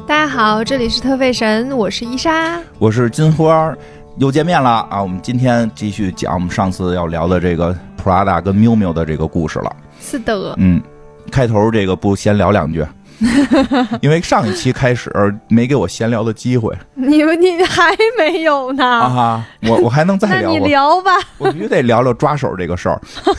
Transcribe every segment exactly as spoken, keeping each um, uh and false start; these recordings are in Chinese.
大家好，这里是特费神，我是伊莎， 我是金花，又见面了啊！我们今天继续讲我们上次要聊的这个 Prada 跟 Miu Miu 的这个故事了。 是的， 嗯，开头这个不闲聊两句，因为上一期开始没给我闲聊的机会。 你们你还没有呢啊！我我还能再聊？ 那你聊吧， 我必须得聊聊抓手这个事儿。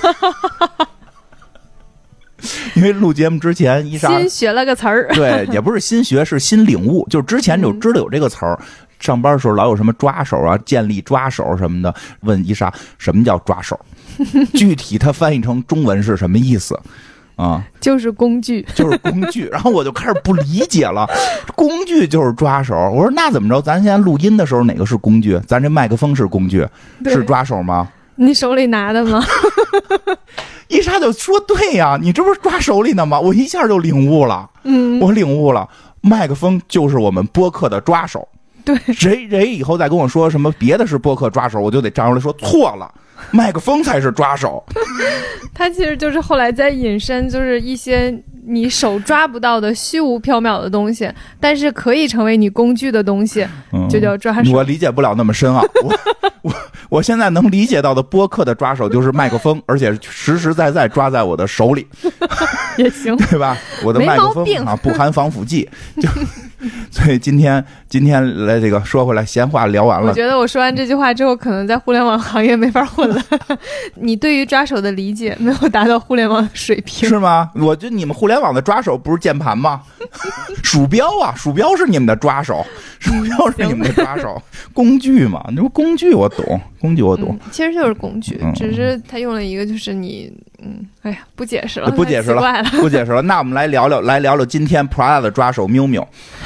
因为录节目之前，伊莎新学了个词儿， 对，也不是新学，是新领悟。就是之前就知道有这个词儿，嗯、上班的时候老有什么抓手啊、建立抓手什么的。问伊莎什么叫抓手，具体它翻译成中文是什么意思啊？ 就是工具， 就是工具。然后我就开始不理解了，工具就是抓手。我说那怎么着？咱现在录音的时候哪个是工具？咱这麦克风是工具，是抓手吗？ 你手里拿的吗？ 伊莎就说对呀、啊，你这不是抓手里呢吗？我一下就领悟了， 嗯， 我领悟了，麦克风就是我们播客的抓手。 对， 谁谁以后再跟我说什么别的是播客抓手，我就得站出来说错了，麦克风才是抓手。 他其实就是后来在引申，就是一些你手抓不到的虚无缥缈的东西，但是可以成为你工具的东西，嗯、就叫抓手。 我理解不了那么深啊，我我我现在能理解到的播客的抓手就是麦克风，而且实实在在抓在我的手里， 也行， 对吧？我的麦克风啊不含防腐剂，就所以今天今天来这个说回来，闲话聊完了。 我觉得我说完这句话之后，可能在互联网行业没法混了。你对于抓手的理解没有达到互联网的水平， 是吗？我觉得你们互联网的抓手不是键盘吗？鼠标啊，鼠标是你们的抓手，鼠标是你们的抓手，工具嘛。你说工具我懂，工具我懂， 嗯、其实就是工具， 嗯、 只是他用了一个就是你，嗯，哎呀，不解释了， 不解释了， 了不解释了。那我们来聊聊，来聊聊今天 Prada 的抓手 Miu Miu。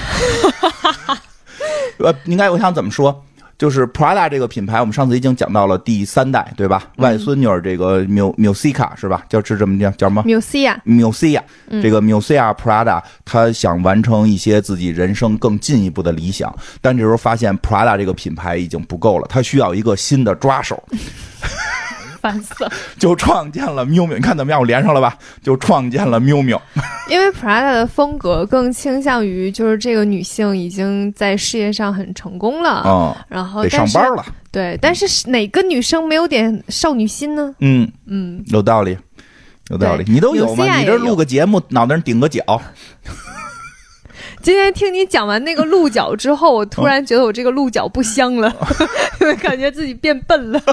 呃，应该我想怎么说？就是 Prada 这个品牌，我们上次已经讲到了第三代，对吧？嗯、外孙女儿这个 Miuccia 是吧？叫是这么叫叫什么 ？Miuccia Miuccia，、嗯、这个 Miuccia Prada， 他想完成一些自己人生更进一步的理想，但这时候发现 Prada 这个品牌已经不够了，他需要一个新的抓手。 烦死了， 就创建了 Miu Miu， 你看怎么样？我连上了吧？就创建了 Miu Miu。 因为 Prada 的风格更倾向于就是这个女性已经在事业上很成功了， 嗯， 然后得上班了。 对，但是哪个女生没有点少女心呢？ 嗯嗯， 有道理，有道理。你都有吗？你这录个节目，脑袋上顶个角。 今天听你讲完那个鹿角之后，我突然觉得我这个鹿角不香了，因为感觉自己变笨了。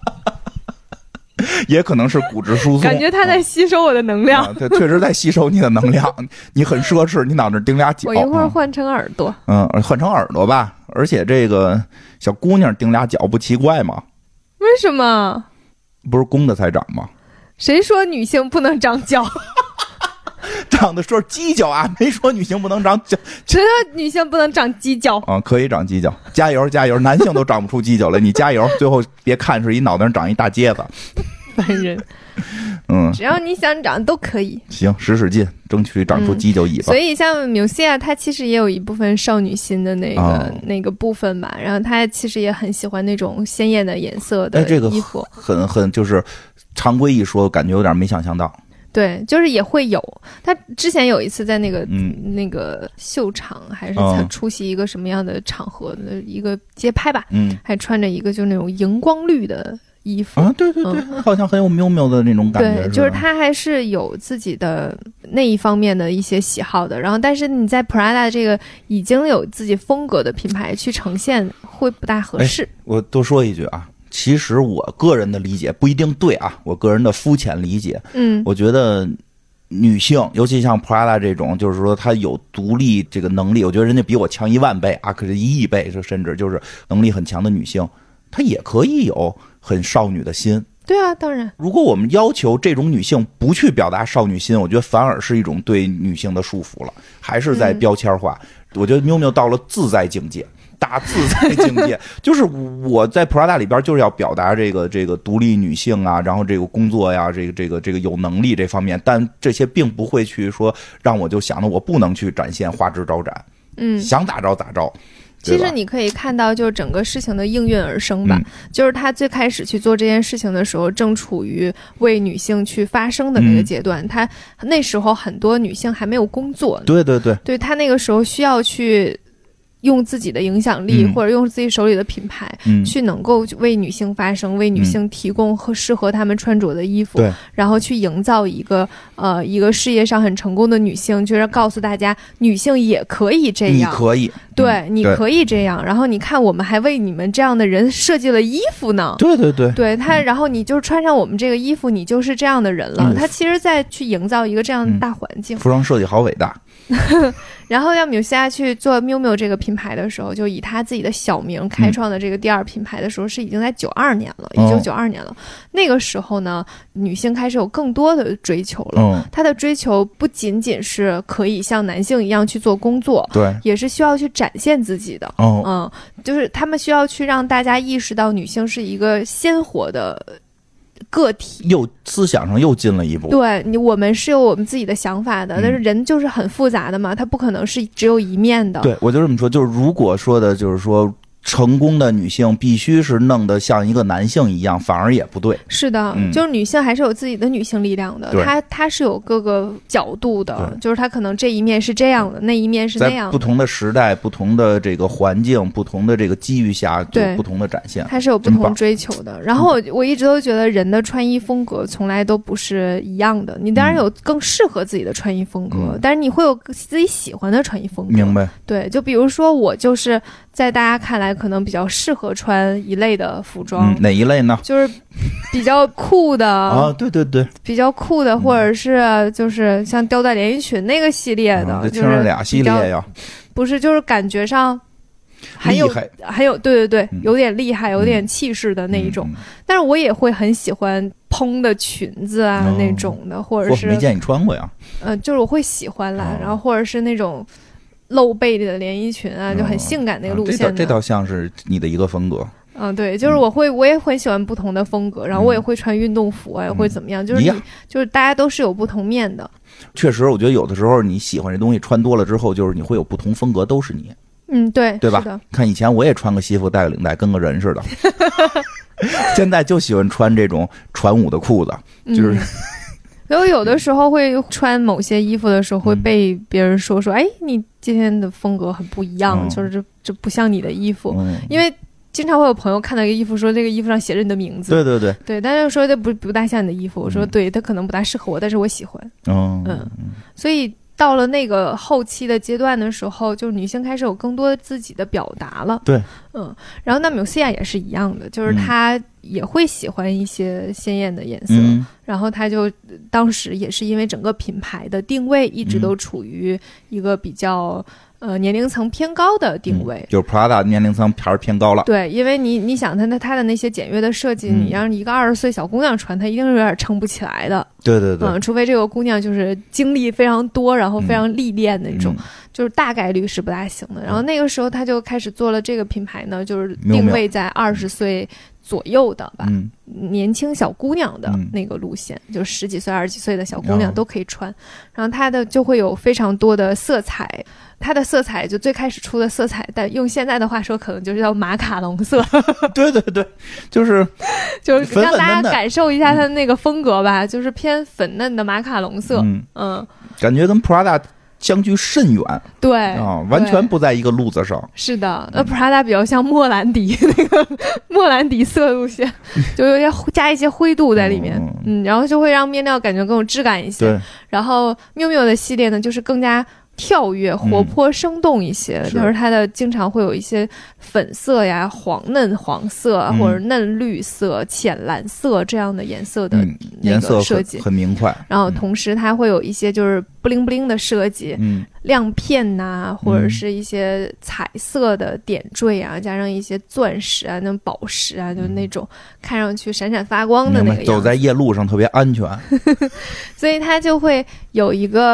也可能是骨质疏松， 感觉它在吸收我的能量。 它、啊、确实在吸收你的能量。你很奢侈，你脑袋顶俩角。 我一会儿换成耳朵。 嗯，换成耳朵吧。而且这个小姑娘顶俩角不奇怪吗？ 为什么？ 不是公的才长吗？ 谁说女性不能长角？ 长的说犄角啊，没说女性不能长角。 谁说女性不能长犄角啊？可以长犄角，加油加油！男性都长不出犄角来，你加油！最后别看是一脑袋上长一大疖子。 烦人。 嗯， 只要你想长都可以。 行，使使劲，争取长出犄角尾巴。 嗯、所以像 Miuccia 它其实也有一部分少女心的那个、哦、那个部分吧，然后她其实也很喜欢那种鲜艳的颜色的衣服， 哎、这个、很很就是常规一说，感觉有点没想象到。 对，就是也会有。他之前有一次在那个、嗯、那个秀场，还是他出席一个什么样的场合的一个街拍吧， 嗯， 还穿着一个就那种荧光绿的衣服啊，对对对，嗯、好像很有 Miu Miu 的那种感觉。 对，就是他还是有自己的那一方面的一些喜好的。然后，但是你在 Prada 这个已经有自己风格的品牌去呈现，会不大合适。 我多说一句啊。其实我个人的理解不一定对啊，我个人的肤浅理解， 嗯， 我觉得女性，尤其像 Prada 这种，就是说她有独立这个能力，我觉得人家比我强一万倍啊，可是一亿倍，甚至就是能力很强的女性，她也可以有很少女的心。 对啊，当然， 如果我们要求这种女性不去表达少女心，我觉得反而是一种对女性的束缚了，还是在标签化。嗯、我觉得 Miu Miu 到了自在境界。大自在境界，就是我在 Prada 里边就是要表达这个这个独立女性啊，然后这个工作呀，这个这个这个有能力这方面，但这些并不会去说让我就想着我不能去展现花枝招展， 嗯， 想咋着咋着， 其实你可以看到，就是整个事情的应运而生吧、嗯。就是他最开始去做这件事情的时候，正处于为女性去发声的那个阶段。嗯、他那时候很多女性还没有工作， 对对对， 对他那个时候需要去用自己的影响力、嗯、或者用自己手里的品牌、嗯、去能够为女性发声，为女性提供和适合她们穿着的衣服、嗯、然后去营造一个呃一个事业上很成功的女性，就是告诉大家女性也可以这样， 你可以， 对、 嗯、 你可以这样，然后你看我们还为你们这样的人设计了衣服呢， 对对对对他、嗯、然后你就穿上我们这个衣服，你就是这样的人了、嗯、他其实在去营造一个这样的大环境、 嗯、服装设计好伟大然后让米西亚去做 Miu Miu 这个品牌的时候，就以他自己的小名开创的这个第二品牌的时候、嗯、是已经在九二年了，一九九二年了、哦、那个时候呢，女性开始有更多的追求了、哦、她的追求不仅仅是可以像男性一样去做工作， 对， 也是需要去展现自己的、 哦、 嗯，就是他们需要去让大家意识到女性是一个鲜活的个体， 又思想上又进了一步。 对，你我们是有我们自己的想法的、嗯、但是人就是很复杂的嘛，他不可能是只有一面的。 对，我就这么说，就是如果说的就是说成功的女性必须是弄得像一个男性一样，反而也不对。 是的、嗯、就是女性还是有自己的女性力量的，她她是有各个角度的，就是她可能这一面是这样的，那一面是那样的， 在不同的时代、不同的这个环境、不同的这个机遇下，就不同的展现， 她是有不同追求的。然后我我一直都觉得人的穿衣风格从来都不是一样的，你当然有更适合自己的穿衣风格、嗯、但是你会有自己喜欢的穿衣风格。 明白。 对，就比如说我就是在大家看来可能比较适合穿一类的服装、 嗯、哪一类呢？ 就是比较酷的啊，对对对， 比较酷的，或者是就是像吊带连衣裙那个系列的、 嗯、这听着俩系列呀， 不是，就是感觉上很有很有对对对，有点厉害、嗯、有点气势的那一种、嗯、但是我也会很喜欢蓬的裙子啊、哦、那种的，或者是我没见你穿过呀， 呃，就是我会喜欢啦、哦、然后或者是那种露背的连衣裙啊，就很性感那个路线的、 嗯啊、这, 这倒像是你的一个风格。 嗯，对，就是我会，我也会喜欢不同的风格，然后我也会穿运动服啊，也、嗯、会怎么样，就是你，就是大家都是有不同面的。 确实，我觉得有的时候你喜欢这东西穿多了之后，就是你会有不同风格，都是你。 嗯，对， 对吧？看以前我也穿个西服，带个领带，跟个人似的。现在就喜欢穿这种传舞的裤子，就是。嗯所以我有的时候会穿某些衣服的时候，会被别人说说，哎，你今天的风格很不一样，嗯、就是这这不像你的衣服、嗯，因为经常会有朋友看到一个衣服，说这个衣服上写着你的名字， 对对对， 对，但是说这不不大像你的衣服，我说对，它可能不大适合我，但是我喜欢， 嗯嗯，所以到了那个后期的阶段的时候，就女性开始有更多自己的表达了， 对， 嗯，然后那米西亚也是一样的，就是她也会喜欢一些鲜艳的颜色、 嗯、 然后她就当时也是因为整个品牌的定位一直都处于一个比较呃年龄层偏高的定位、 嗯、就是 Prada 年龄层还是偏高了， 对，因为你你想它的它的那些简约的设计、嗯、你让一个二十岁小姑娘穿，她一定是有点撑不起来的， 对对对， 嗯，除非这个姑娘就是经历非常多，然后非常历练的那种、嗯、就是大概率是不大行的。然后那个时候她就开始做了这个品牌呢，就是定位在二十岁左右的吧、 嗯、 年轻小姑娘的那个路线、嗯、就十几岁二十几岁的小姑娘都可以穿、哦、然后它的就会有非常多的色彩，它的色彩就最开始出的色彩，但用现在的话说可能就是叫马卡龙色对对对，就是就是让大家感受一下它的那个风格吧、嗯、就是偏粉嫩的马卡龙色， 嗯, 嗯感觉跟 Prada相距甚远， 对啊，完全不在一个路子上。 是的，那 Prada 比较像莫兰迪那个莫兰迪色路线，就有些加一些灰度在里面，嗯, 嗯，然后就会让面料感觉更有质感一些。 对， 然后 Miu Miu 的系列呢，就是更加跳跃、活泼、生动一些、嗯，就是它的经常会有一些粉色呀、黄嫩黄色、嗯、或者嫩绿色、浅蓝色这样的颜色的那个设计， 嗯、很明快。 然后同时它会有一些就是布灵布灵的设计，嗯，亮片呐、啊，或者是一些彩色的点缀啊，嗯、加上一些钻石啊、那种宝石啊，就那种看上去闪闪发光的那个样子， 走在夜路上特别安全， 所以它就会有一个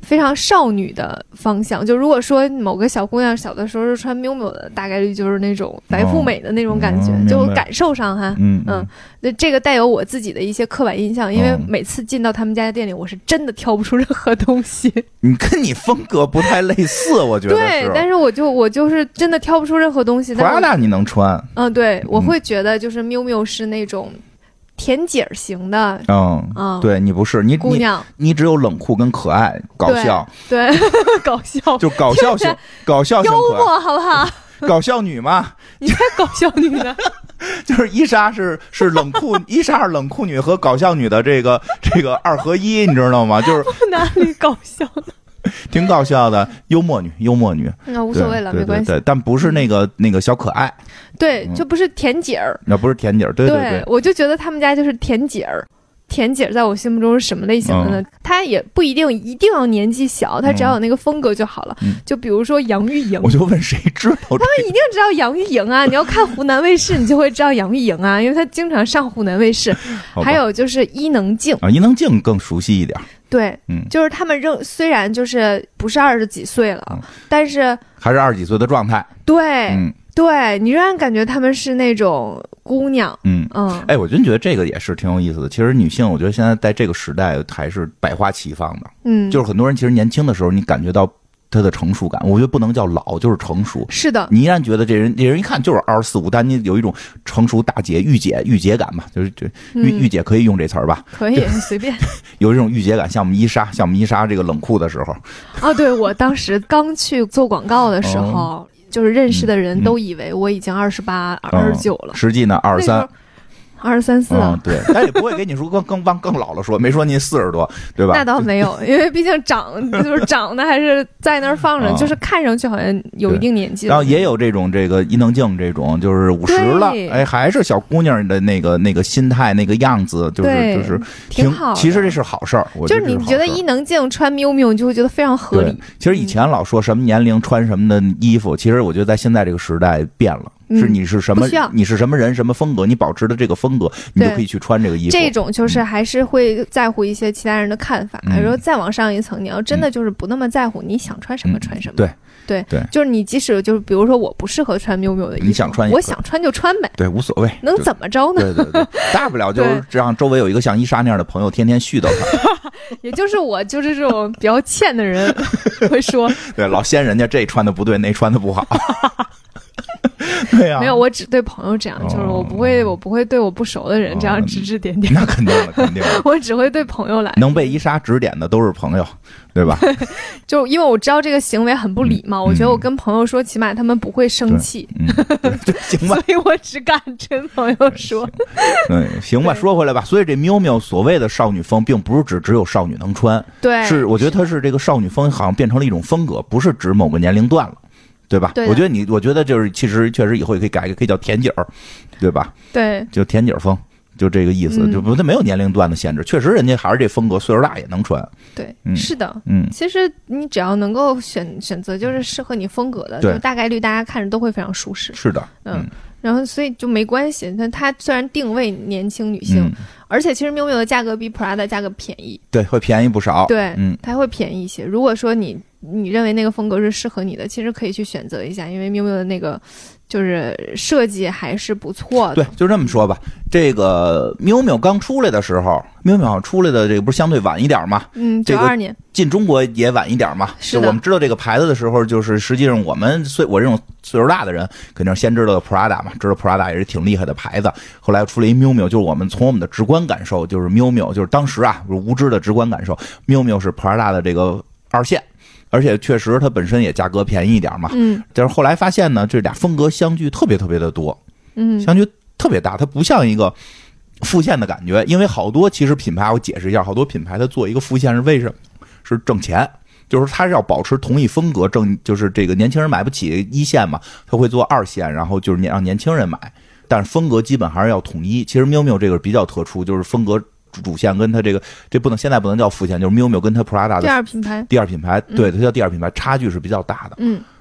非常少女的方向。就如果说某个小姑娘小的时候是穿 miu miu 的，大概率就是那种白富美的那种感觉， 哦、 就感受上哈， 嗯嗯，那这个带有我自己的一些刻板印象，因为每次进到他们家的店里，我是真的挑不出任何东西。 你跟你风格不太类似，我觉得是。 对，但是我就我就是真的挑不出任何东西。 Prada 你能穿？ 嗯，对，我会觉得就是 miu miu 是那种甜姐儿型的。 嗯嗯，对你不是你姑娘， 你你只有冷酷跟可爱搞笑。 对，对搞笑就搞笑型，搞笑型幽默好不好？ 搞笑女嘛， 你才搞笑女呢。 就是伊莎是是冷酷，伊莎是冷酷女和搞笑女的这个这个二合一，你知道吗？就是哪里搞笑呢？ 挺搞笑的，幽默女，幽默女， 那无所谓了，没关系。 对，但不是那个那个小可爱， 对，就不是甜姐儿， 那不是甜姐儿，对对对， 我就觉得他们家就是甜姐儿。甜姐在我心目中是什么类型的呢？她、嗯、也不一定一定要年纪小，她只要有那个风格就好了。嗯、就比如说杨钰莹， 我就问谁知道？他们一定知道杨钰莹啊！你要看湖南卫视，你就会知道杨钰莹啊，因为她经常上湖南卫视。还有就是伊能静啊，伊能静更熟悉一点。 对，嗯，就是他们仍虽然就是不是二十几岁了，嗯、但是还是二十几岁的状态。 对，嗯。对，你仍然感觉他们是那种姑娘， 嗯嗯，哎，我真觉得这个也是挺有意思的。其实女性，我觉得现在在这个时代还是百花齐放的，嗯，就是很多人其实年轻的时候，你感觉到她的成熟感，我觉得不能叫老，就是成熟。 是的， 你依然觉得这人，这人一看就是二十四五，但你有一种成熟大姐、御姐、御姐感嘛，就是这御御姐可以用这词儿吧？ 可以，随便。 有这种御姐感，像我们伊莎，像我们伊莎这个冷酷的时候。 哦，对，我当时刚去做广告的时候。哦就是认识的人都以为我已经二十八、二十九了， 实际呢二十三。 二十三四啊、 嗯，对，但也不会给你说更更往更老了说，没说您四十多，对吧？ 那倒没有，因为毕竟长就是长得还是在那儿放着，嗯、就是看上去好像有一定年纪了。 然后也有这种这个伊能静这种，就是五十了，哎，还是小姑娘的那个那个心态那个样子，就是就是挺好。 其实这是好事儿，我就是你觉得伊能静穿 miu miu， 你就会觉得非常合理。 其实以前老说什么年龄穿什么的衣服，其实我觉得在现在这个时代变了。是你是什么？你是什么人？什么风格？你保持的这个风格，你就可以去穿这个衣服。 这种就是还是会在乎一些其他人的看法。然后、嗯、再往上一层，你要真的就是不那么在乎，嗯、你想穿什么穿什么。 对对对， 就是你即使就是比如说我不适合穿 miu miu 的衣服， 你想穿， 我想穿就穿呗。 对，无所谓， 能怎么着呢？ 对对对，大不了就是让周围有一个像伊莎那样的朋友天天絮叨他。 也就是我就是这种比较欠的人会说， 对，老嫌人家这穿的不对，那穿的不好。对呀、啊， 没有，我只对朋友这样，哦、就是我不会，我不会对我不熟的人这样指指点点。 哦、那肯定的，肯定的。 我只会对朋友来。 能被伊莎指点的都是朋友，对吧？ 就因为我知道这个行为很不礼貌，嗯、我觉得我跟朋友说，起码他们不会生气。 嗯、行吧。 所以我只敢跟朋友说。 对，行吧。说回来吧，所以这 miu miu 所谓的少女风，并不是指只有少女能穿， 对， 是我觉得它是这个少女风，好像变成了一种风格，不是指某个年龄段了。对吧？ 对， 我觉得你，我觉得就是，其实确实以后也可以改一个，可以叫甜姐儿，对吧？ 对， 就甜姐儿风，就这个意思，嗯、就不，它没有年龄段的限制，确实人家还是这风格，岁数大也能穿。 对， 嗯、 是的， 嗯， 其实你只要能够选选择就是适合你风格的，就大概率大家看着都会非常舒适。 是的， 嗯。嗯然后，所以就没关系。那它虽然定位年轻女性，嗯、而且其实 miu miu 的价格比 Prada 价格便宜， 对，会便宜不少。 对， 嗯， 它会便宜一些。如果说你你认为那个风格是适合你的，其实可以去选择一下，因为 miu miu 的那个就是设计还是不错的。 对，就这么说吧。这个 miu miu 刚出来的时候 ，miu miu 出来的这个不是相对晚一点吗？ 嗯，九二年。 进中国也晚一点嘛， 是就我们知道这个牌子的时候，就是实际上我们岁我这种岁数大的人，肯定先知道 Prada 嘛，知道 Prada 也是挺厉害的牌子。后来出了一 miu miu， 就是我们从我们的直观感受，就是 miu miu， 就是当时啊，无知的直观感受 ，miu miu 是 Prada 的这个二线，而且确实它本身也价格便宜一点嘛。 嗯， 但是后来发现呢，这俩风格相距特别特别的多， 嗯， 相距特别大，它不像一个副线的感觉，因为好多其实品牌，我解释一下，好多品牌它做一个副线是为什么？是挣钱。就是他是要保持同一风格，正就是这个年轻人买不起一线嘛，他会做二线，然后就是让年轻人买，但是风格基本还是要统一。其实 miu miu 这个比较特殊，就是风格主线跟他这个这不能现在不能叫副线，就是 miu miu 跟他 Prada 的第二品牌， 第二品牌，对，它叫第二品牌，差距是比较大的。 嗯，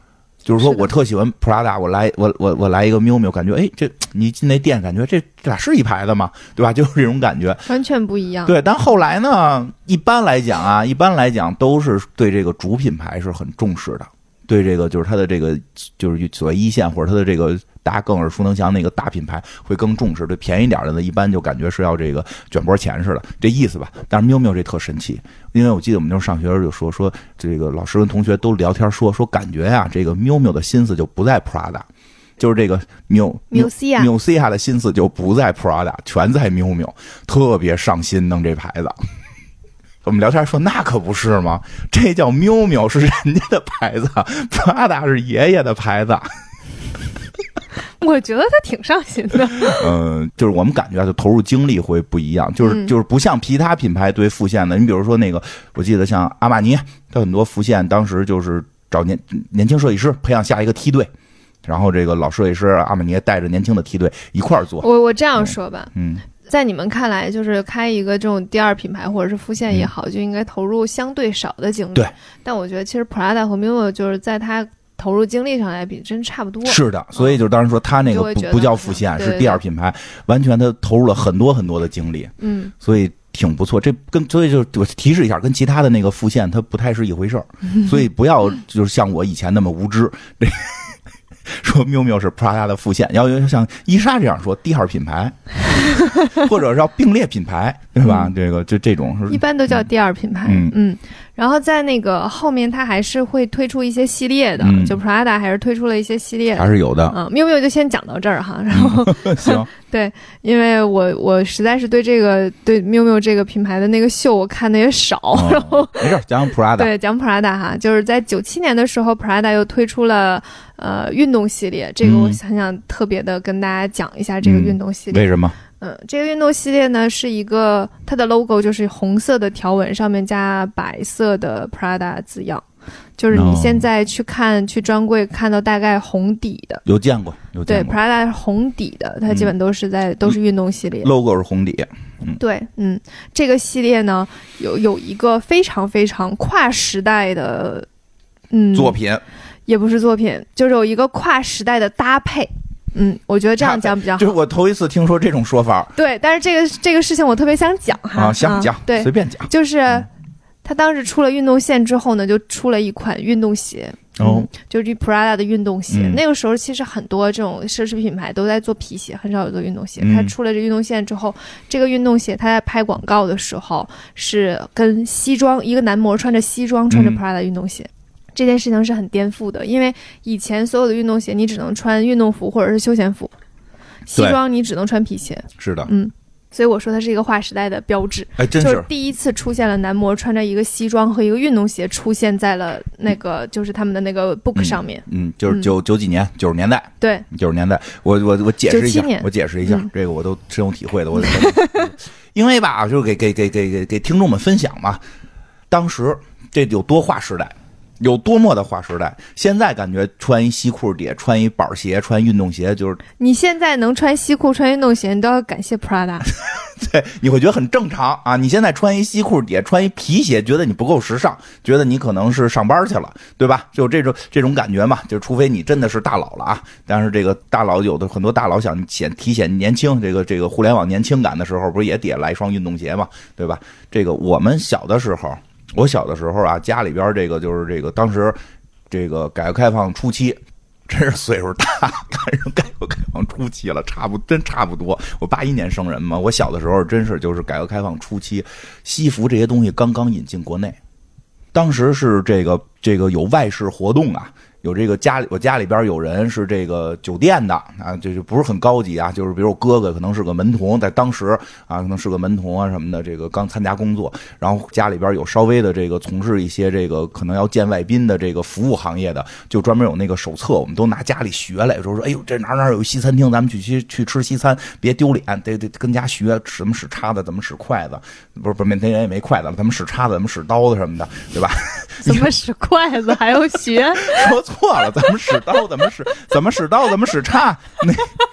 就是说我特喜欢 Prada， 我来我我我来一个 miu miu， 感觉哎，这你进那店感觉这这俩是一牌子吗？对吧？就是这种感觉， 完全不一样。 对，但后来呢，一般来讲啊，一般来讲都是对这个主品牌是很重视的，对这个就是它的这个就是所谓一线或者它的这个大家更耳熟能详那个大品牌会更重视，对便宜点的呢，一般就感觉是要这个卷波钱似的，这意思吧。但是miu miu这特神奇，因为我记得我们那时候上学时候就说说这个老师跟同学都聊天说说感觉呀、啊，这个miu miu的心思就不在 Prada。就是这个 miu Miuccia Miuccia 的心思就不在 Prada， 全在miu miu，特别上心弄这牌子。我们聊天说那可不是吗？这叫miu miu是人家的牌子 ，Prada 是爷爷的牌子。 我觉得他挺上心的。 嗯、呃，就是我们感觉就投入精力会不一样，就是、 嗯、 就是不像其他品牌对副线的，你比如说那个，我记得像阿玛尼，它很多副线当时就是找年年轻设计师培养下一个梯队。然后这个老设计师阿玛尼带着年轻的梯队一块儿做。 我我这样说吧， 嗯， 在你们看来，就是开一个这种第二品牌或者是副线也好，嗯、就应该投入相对少的精力。 对， 但我觉得其实 Prada 和 miu miu 就是在它投入精力上来比，真差不多。 是的，所以就当时说他那个不不叫副线， 对对对是第二品牌，完全他投入了很多很多的精力。 嗯， 所以。挺不错，这跟所以就我提示一下，跟其他的那个副线它不太是一回事儿，所以不要就是像我以前那么无知，说miu miu是 Prada 的副线，要像伊莎这样说第二品牌，或者是要并列品牌，对吧？嗯、这个就这种一般都叫第二品牌，嗯。嗯然后在那个后面，它还是会推出一些系列的，嗯、就 Prada 还是推出了一些系列的， 还是有的。 嗯，miu miu就先讲到这儿哈，然后、 嗯、行， 对，因为我我实在是对这个对 miu miu 这个品牌的那个秀我看的也少，哦、然后没事讲 Prada， 对，讲 Prada 哈，就是在九七年的时候 ，Prada 又推出了呃运动系列，这个我想想特别的跟大家讲一下这个运动系列， 嗯、为什么？ 嗯，这个运动系列呢是一个它的 logo 就是红色的条纹上面加白色的 Prada 字样，就是你现在去看、no. 去专柜看到大概红底的， 有见过，有见过。对 ，Prada 是红底的，它基本都是在、嗯、都是运动系列 ，logo 是红底。嗯， 对，嗯，这个系列呢有有一个非常非常跨时代的嗯作品， 也不是作品，就是有一个跨时代的搭配。嗯，我觉得这样讲比较好。 就是我头一次听说这种说法。 对，但是这个这个事情我特别想讲哈。 啊，想讲、啊， 对， 随便讲。 就是他当时出了运动线之后呢，就出了一款运动鞋。 哦、 嗯，就是 Prada 的运动鞋、 嗯。 那个时候其实很多这种奢侈品牌都在做皮鞋，很少有做运动鞋。 嗯、 他出了这运动线之后，这个运动鞋他在拍广告的时候是跟西装，一个男模穿着西装穿着 Prada 运动鞋。嗯，这件事情是很颠覆的，因为以前所有的运动鞋你只能穿运动服或者是休闲服，西装你只能穿皮鞋。 是的， 嗯，所以我说它是一个划时代的标志。 哎，真是， 就是第一次出现了男模穿着一个西装和一个运动鞋出现在了那个、嗯、就是他们的那个 book 上面。 嗯，嗯就是九九几年，九十年代。 对， 九十年代。我我我解释一下，我解释一下、 嗯， 这个我都深有体会的。我因为吧，就给给给给给给听众们分享嘛，当时这有多划时代。有多么的划时代！现在感觉穿一西裤底，穿一板鞋，穿运动鞋，就是你现在能穿西裤穿运动鞋，你都要感谢 Prada。 对，你会觉得很正常啊！你现在穿一西裤底，穿一皮鞋，觉得你不够时尚，觉得你可能是上班去了，对吧？就这种这种感觉嘛，就除非你真的是大佬了啊！但是这个大佬有的很多大佬想显体显年轻，这个这个互联网年轻感的时候，不是也得来一双运动鞋嘛，对吧？这个我们小的时候。我小的时候啊，家里边这个就是这个，当时这个改革开放初期，真是岁数大，赶上改革开放初期了，差不真差不多。我八一年生人嘛，我小的时候真是就是改革开放初期，西服这些东西刚刚引进国内，当时是这个这个有外事活动啊。有这个家里，我家里边有人是这个酒店的啊，这就不是很高级啊，就是比如我哥哥可能是个门童，在当时啊可能是个门童啊什么的，这个刚参加工作，然后家里边有稍微的这个从事一些这个可能要见外宾的这个服务行业的，就专门有那个手册，我们都拿家里学来，说说哎呦这哪哪有西餐厅，咱们去去去吃西餐，别丢脸，得得跟家学怎么使叉子，怎么使筷子，不是不是那人也没筷子了，怎么使叉子，怎么使刀子什么的，对吧？ 怎么使筷子还要学？ 说错了，怎么使刀？怎么使？怎么使刀？怎么使叉？那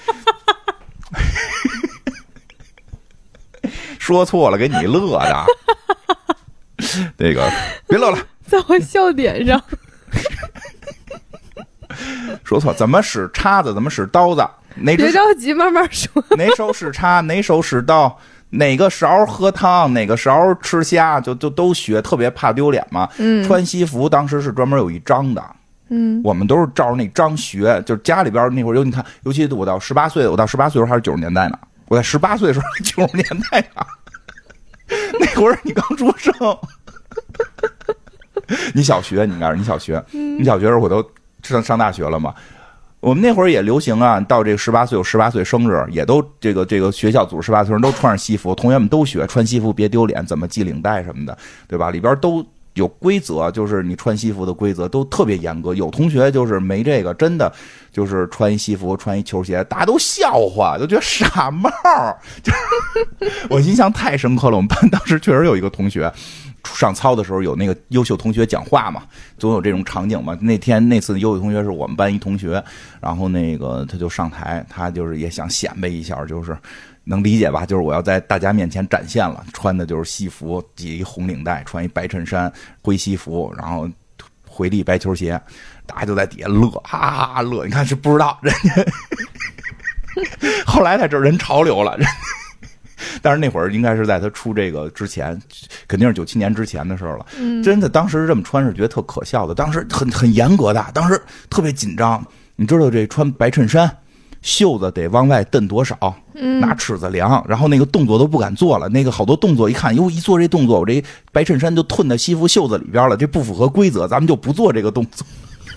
说错了，给你乐的。这个别乐了， 在我笑点上。 说错，怎么使叉子，怎么使刀子，哪别着急，慢慢说。 哪手使叉，哪手使刀，哪个勺喝汤，哪个勺吃虾，就就都学，特别怕丢脸嘛。 嗯， 穿西服当时是专门有一章的。 嗯， 我们都是照着那章学，就是家里边那会儿有你看，尤其我到十八岁，我到十八岁的时候还是九十年代呢。我在十八岁的时候九十年代呢，那会儿你刚出生。你小学，你看你小学，你小学的时候我都上上大学了嘛。我们那会儿也流行啊，到这个十八岁有十八岁生日，也都这个这个学校组织十八岁人都穿上西服，同学们都学穿西服别丢脸，怎么系领带什么的，对吧？里边都有规则，就是你穿西服的规则都特别严格。有同学就是没这个，真的就是穿一西服穿一球鞋，大家都笑话，都觉得傻帽。就是我印象太深刻了，我们班当时确实有一个同学。上操的时候有那个优秀同学讲话嘛，总有这种场景嘛。那天那次优秀同学是我们班一同学，然后那个他就上台，他就是也想显摆一下，就是能理解吧？就是我要在大家面前展现了，穿的就是西服，系一红领带，穿一白衬衫，灰西服，然后回力白球鞋，大家就在底下乐，哈哈哈乐。你看是不知道人家，后来才知道人潮流了。人但是那会儿应该是在他出这个之前，肯定是九七年之前的事儿了。嗯，真的，当时这么穿是觉得特可笑的。当时很很严格的，当时特别紧张。你知道这穿白衬衫，袖子得往外蹬多少？嗯，拿尺子量，然后那个动作都不敢做了。那个好多动作一看，哟，一做这动作，我这白衬衫就褪到西服袖子里边了，这不符合规则，咱们就不做这个动作。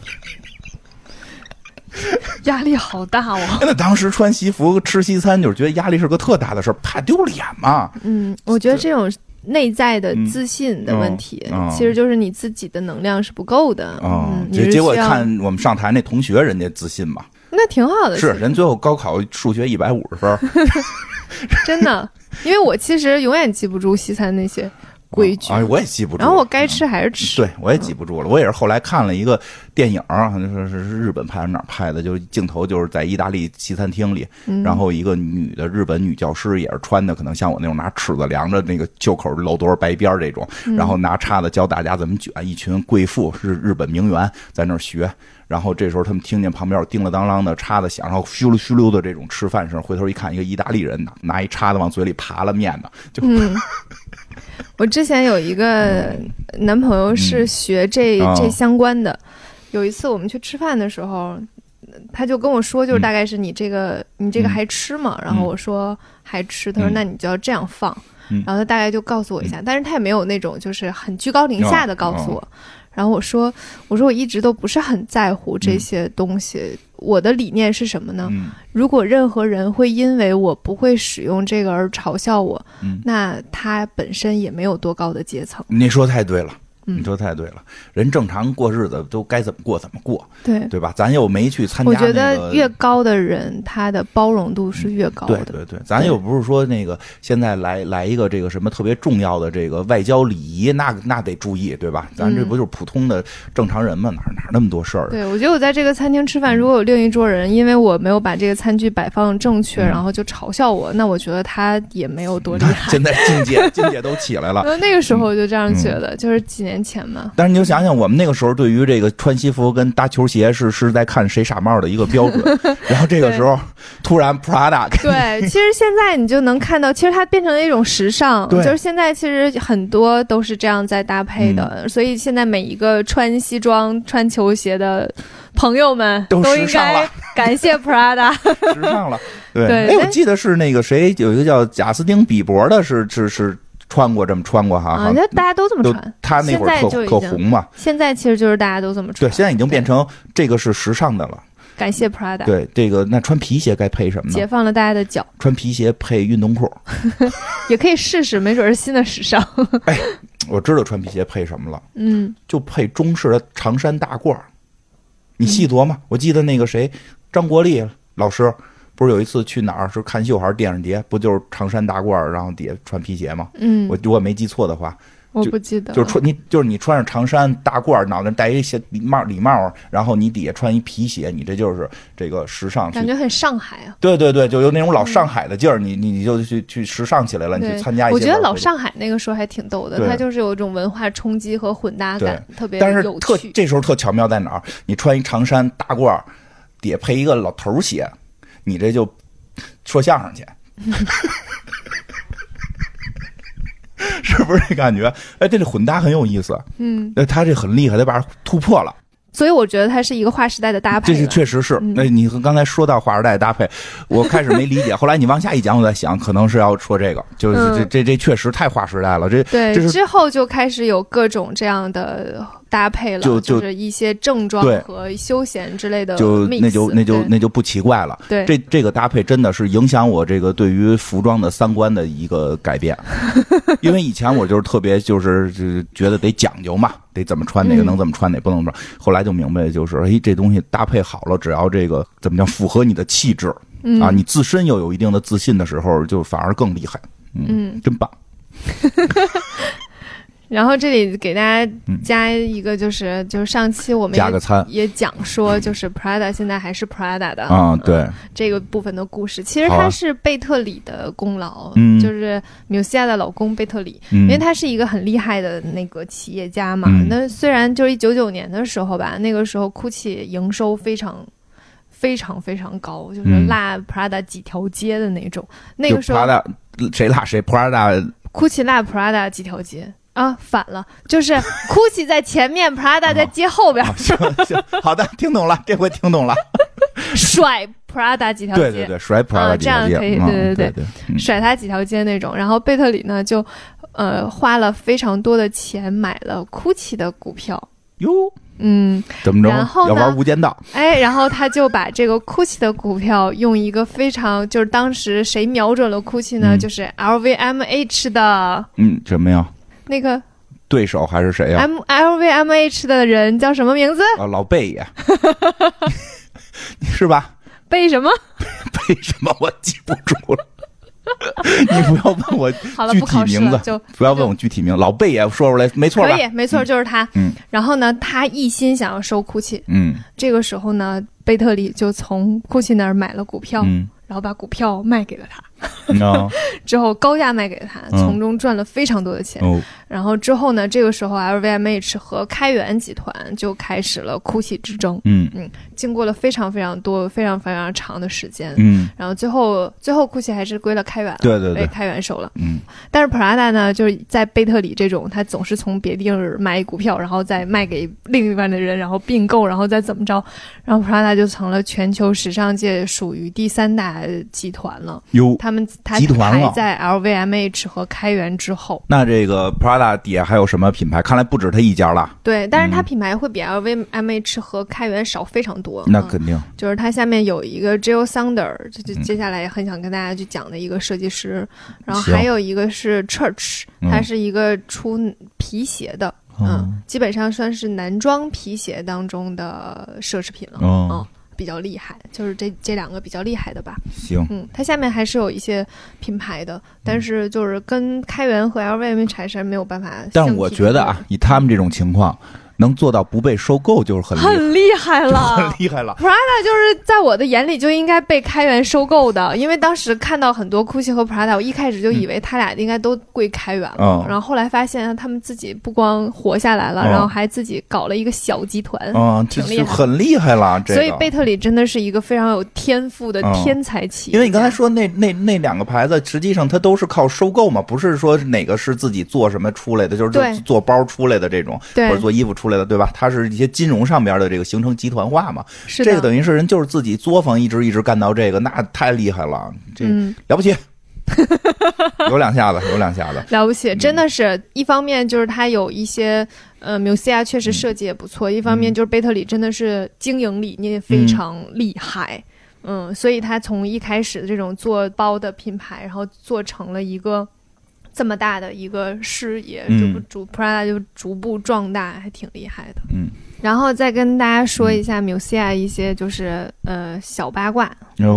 压力好大哦！ 那当时穿西服吃西餐，就是觉得压力是个特大的事儿，怕丢脸嘛。 嗯，我觉得这种内在的自信的问题， 嗯嗯、 其实就是你自己的能量是不够的。 嗯， 嗯结果看我们上台那同学，人家自信嘛， 那挺好的。 是人最后高考数学一百五十分， 真的，因为我其实永远记不住西餐那些规矩啊，我也记不住。 然后我该吃还是吃， 嗯、对我也记不住了。我也是后来看了一个电影，好像是是日本拍的哪儿拍的，就是镜头就是在意大利西餐厅里，嗯、然后一个女的日本女教师也是穿的可能像我那种拿尺子量着那个袖口露多少白边这种，然后拿叉子教大家怎么卷，一群贵妇是日本名媛在那儿学。然后这时候他们听见旁边有叮了当啷的叉子响，然后咻溜咻溜的这种吃饭声，回头一看，一个意大利人拿一叉子往嘴里扒了面呢，就。 嗯我之前有一个男朋友是学这、嗯、这相关的，有一次我们去吃饭的时候，他就跟我说，就是大概是你这个、嗯、你这个还吃吗？然后我说还吃，他说那你就要这样放，嗯、然后他大概就告诉我一下，但是他也没有那种就是很居高临下的告诉我。然后我说我说我一直都不是很在乎这些东西、嗯、我的理念是什么呢、嗯、如果任何人会因为我不会使用这个而嘲笑我、嗯、那他本身也没有多高的阶层。 你说太对了，你说太对了，人正常过日子都该怎么过怎么过， 对对吧？咱又没去参加、那个、 我觉得越高的人他的包容度是越高的。 对对对，咱又不是说那个现在来来一个这个什么特别重要的这个外交礼仪，那那得注意，对吧？咱这不就是普通的正常人吗？哪哪那么多事儿？ 对，我觉得我在这个餐厅吃饭，如果有另一桌人因为我没有把这个餐具摆放正确、嗯、然后就嘲笑我，那我觉得他也没有多厉害。 现在境界境界都起来了。 那个时候我就这样觉得、嗯、就是几年前嘛。 但是你就想想，我们那个时候对于这个穿西服跟搭球鞋是是在看谁傻帽的一个标准。然后这个时候突然 Prada， 对，其实现在你就能看到，其实它变成了一种时尚，就是现在其实很多都是这样在搭配的、嗯、所以现在每一个穿西装穿球鞋的朋友们都应该感谢 Prada。 时尚了。对，对，哎，我记得是那个谁有一个叫贾斯汀比伯的是是是穿过这么穿过哈， 啊，那大家都这么穿。 他那会儿特特红嘛， 现在其实就是大家都这么穿。 对，现在已经变成这个是时尚的了。 感谢 Prada。 对，这个那穿皮鞋该配什么呢？ 解放了大家的脚。穿皮鞋配运动裤， 也可以试试，没准是新的时尚。 哎，我知道穿皮鞋配什么了， 嗯， 就配中式的长衫大褂。你细琢磨，嗯、我记得那个谁，张国立老师。不是有一次去哪儿是看秀还是电影节，不就是长衫大褂，然后底下穿皮鞋吗？ 嗯， 我如果没记错的话， 我不记得， 就是穿你就是你穿上长衫大褂，脑袋戴一些礼帽礼帽，然后你底下穿一皮鞋，你这就是这个时尚， 感觉很上海啊。 对对对，就有那种老上海的劲儿，嗯、你你你就去去时尚起来了，你去参加一些。 我觉得老上海那个时候还挺逗的，它就是有一种文化冲击和混搭感，特别有趣。 但是特这时候特巧妙在哪儿？你穿一长衫大褂，底下配一个老头鞋，你这就说相声去。是不是这感觉？哎，这个混搭很有意思。嗯，那他这很厉害，他把它突破了。 所以我觉得它是一个划时代的搭配。 这是确实是。那、嗯、你刚才说到划时代的搭配，我开始没理解，后来你往下一讲，我在想，可能是要说这个，就是这、嗯、这这确实太划时代了。这对， 这是之后就开始有各种这样的搭配了， 就就是一些正装和休闲之类的 mix， 就那就那就那就不奇怪了。 对， 这这个搭配真的是影响我这个对于服装的三观的一个改变。因为以前我就是特别就是就是觉得得讲究嘛，得怎么穿哪个能怎么穿哪不能穿。后来就明白就是，哎，这东西搭配好了，只要这个怎么讲符合你的气质、嗯、啊，你自身又有一定的自信的时候，就反而更厉害。嗯，嗯真棒。 然后这里给大家加一个，就是、嗯、就是上期我们加个餐也讲说，就是 Prada 现在还是 Prada 的啊、嗯，对、嗯、 这个部分的故事，其实它是贝特里的功劳，嗯，就是缪西亚的老公贝特里、嗯，因为他是一个很厉害的那个企业家嘛。嗯、那虽然就是九九年的时候吧，那个时候 Gucci 营收非常。非常非常高，就是落 Prada 几条街的那种。嗯、那个时候 Prada 谁落谁 Prada Gucci 落 Prada 几条街啊？反了，就是 Gucci 在前面，Prada 在街后边。 哦、行行，好的，听懂了，这回听懂了。 甩 Prada 几条街， 对对对，甩 Prada 几条街， 啊、这样可以， 嗯、 对对对， 对对嗯、甩他几条街那种。然后贝特里呢，就呃花了非常多的钱买了 Gucci 的股票。 哟。 嗯， 怎么着？ 然后要玩无间道？ 哎，然后他就把这个 Gucci 的股票用一个非常，就是当时谁瞄准了 Gucci 呢？嗯、就是 L V M H 的， 嗯，什么呀？ 那个对手还是谁呀 ？M L V M H 的人叫什么名字？ 啊，老贝爷，是吧？ 贝什么？ 贝什么？我记不住了。你不要问我具体名字， 就不要问我具体名字。老贝也说出来，没错吧？ 可以，没错，就是他。嗯。然后呢，他一心想要收 Gucci。嗯。这个时候呢，贝特里就从 Gucci 那儿买了股票，嗯、然后把股票卖给了他。 No. 之后高价卖给了他，从中赚了非常多的钱。嗯、然后之后呢，这个时候 L V M H 和开元集团就开始了 Gucci 之争。嗯嗯，经过了非常非常多、非常非常长的时间。嗯，然后最后最后 Gucci 还是归了开元了， 对对对， 被开元收了。嗯，但是 Prada 呢，就是在贝特里这种，他总是从别地儿买股票，然后再卖给另一半的人，然后并购，然后再怎么着，然后 Prada 就成了全球时尚界属于第三大集团了。 哟。 他们集团了， 在 L V M H 和开元之后。 那这个 Prada 底下还有什么品牌？看来不止他一家了。 对，但是它品牌会比 L V M H 和开元少非常多。 那肯定。嗯、 就是它下面有一个 Jill Sander， 就接下来也很想跟大家去讲的一个设计师。嗯、然后还有一个是 Church， 它是一个出皮鞋的，嗯，嗯基本上算是男装皮鞋当中的奢侈品了。嗯。嗯比较厉害，就是这这两个比较厉害的吧。 行， 嗯，它下面还是有一些品牌的，但是就是跟开元和 L V M H 还是没有办法。 但我觉得啊，以他们这种情况，能做到不被收购就是很厉害很厉害了， 很厉害了。 Prada 就是在我的眼里就应该被开元收购的，因为当时看到很多 Gucci 和 Prada， 我一开始就以为他俩应该都归开元了，嗯、然后后来发现他们自己不光活下来了，嗯、然后还自己搞了一个小集团， 嗯， 挺厉害， 很厉害了。这个、 所以贝特里真的是一个非常有天赋的天才企业、嗯。 因为你刚才说那那那两个牌子，实际上它都是靠收购嘛，不是说哪个是自己做什么出来的，就是做包出来的这种，或者做衣服出来的，对吧？它是一些金融上边的这个形成集团化嘛， 是这个等于是人就是自己作坊一直一直干到这个，那太厉害了，这、嗯、了不起，有两下子，有两下子， 了不起，真的是、嗯、一方面就是他有一些呃缪西亚确实设计也不错、嗯，一方面就是贝特里真的是经营理念非常厉害，嗯，嗯所以他从一开始的这种做包的品牌，然后做成了一个。这么大的一个事业， 嗯、 逐逐 Prada 就逐步壮大，还挺厉害的。 嗯， 然后再跟大家说一下缪西亚一些就是、嗯、呃小八卦。 有、嗯，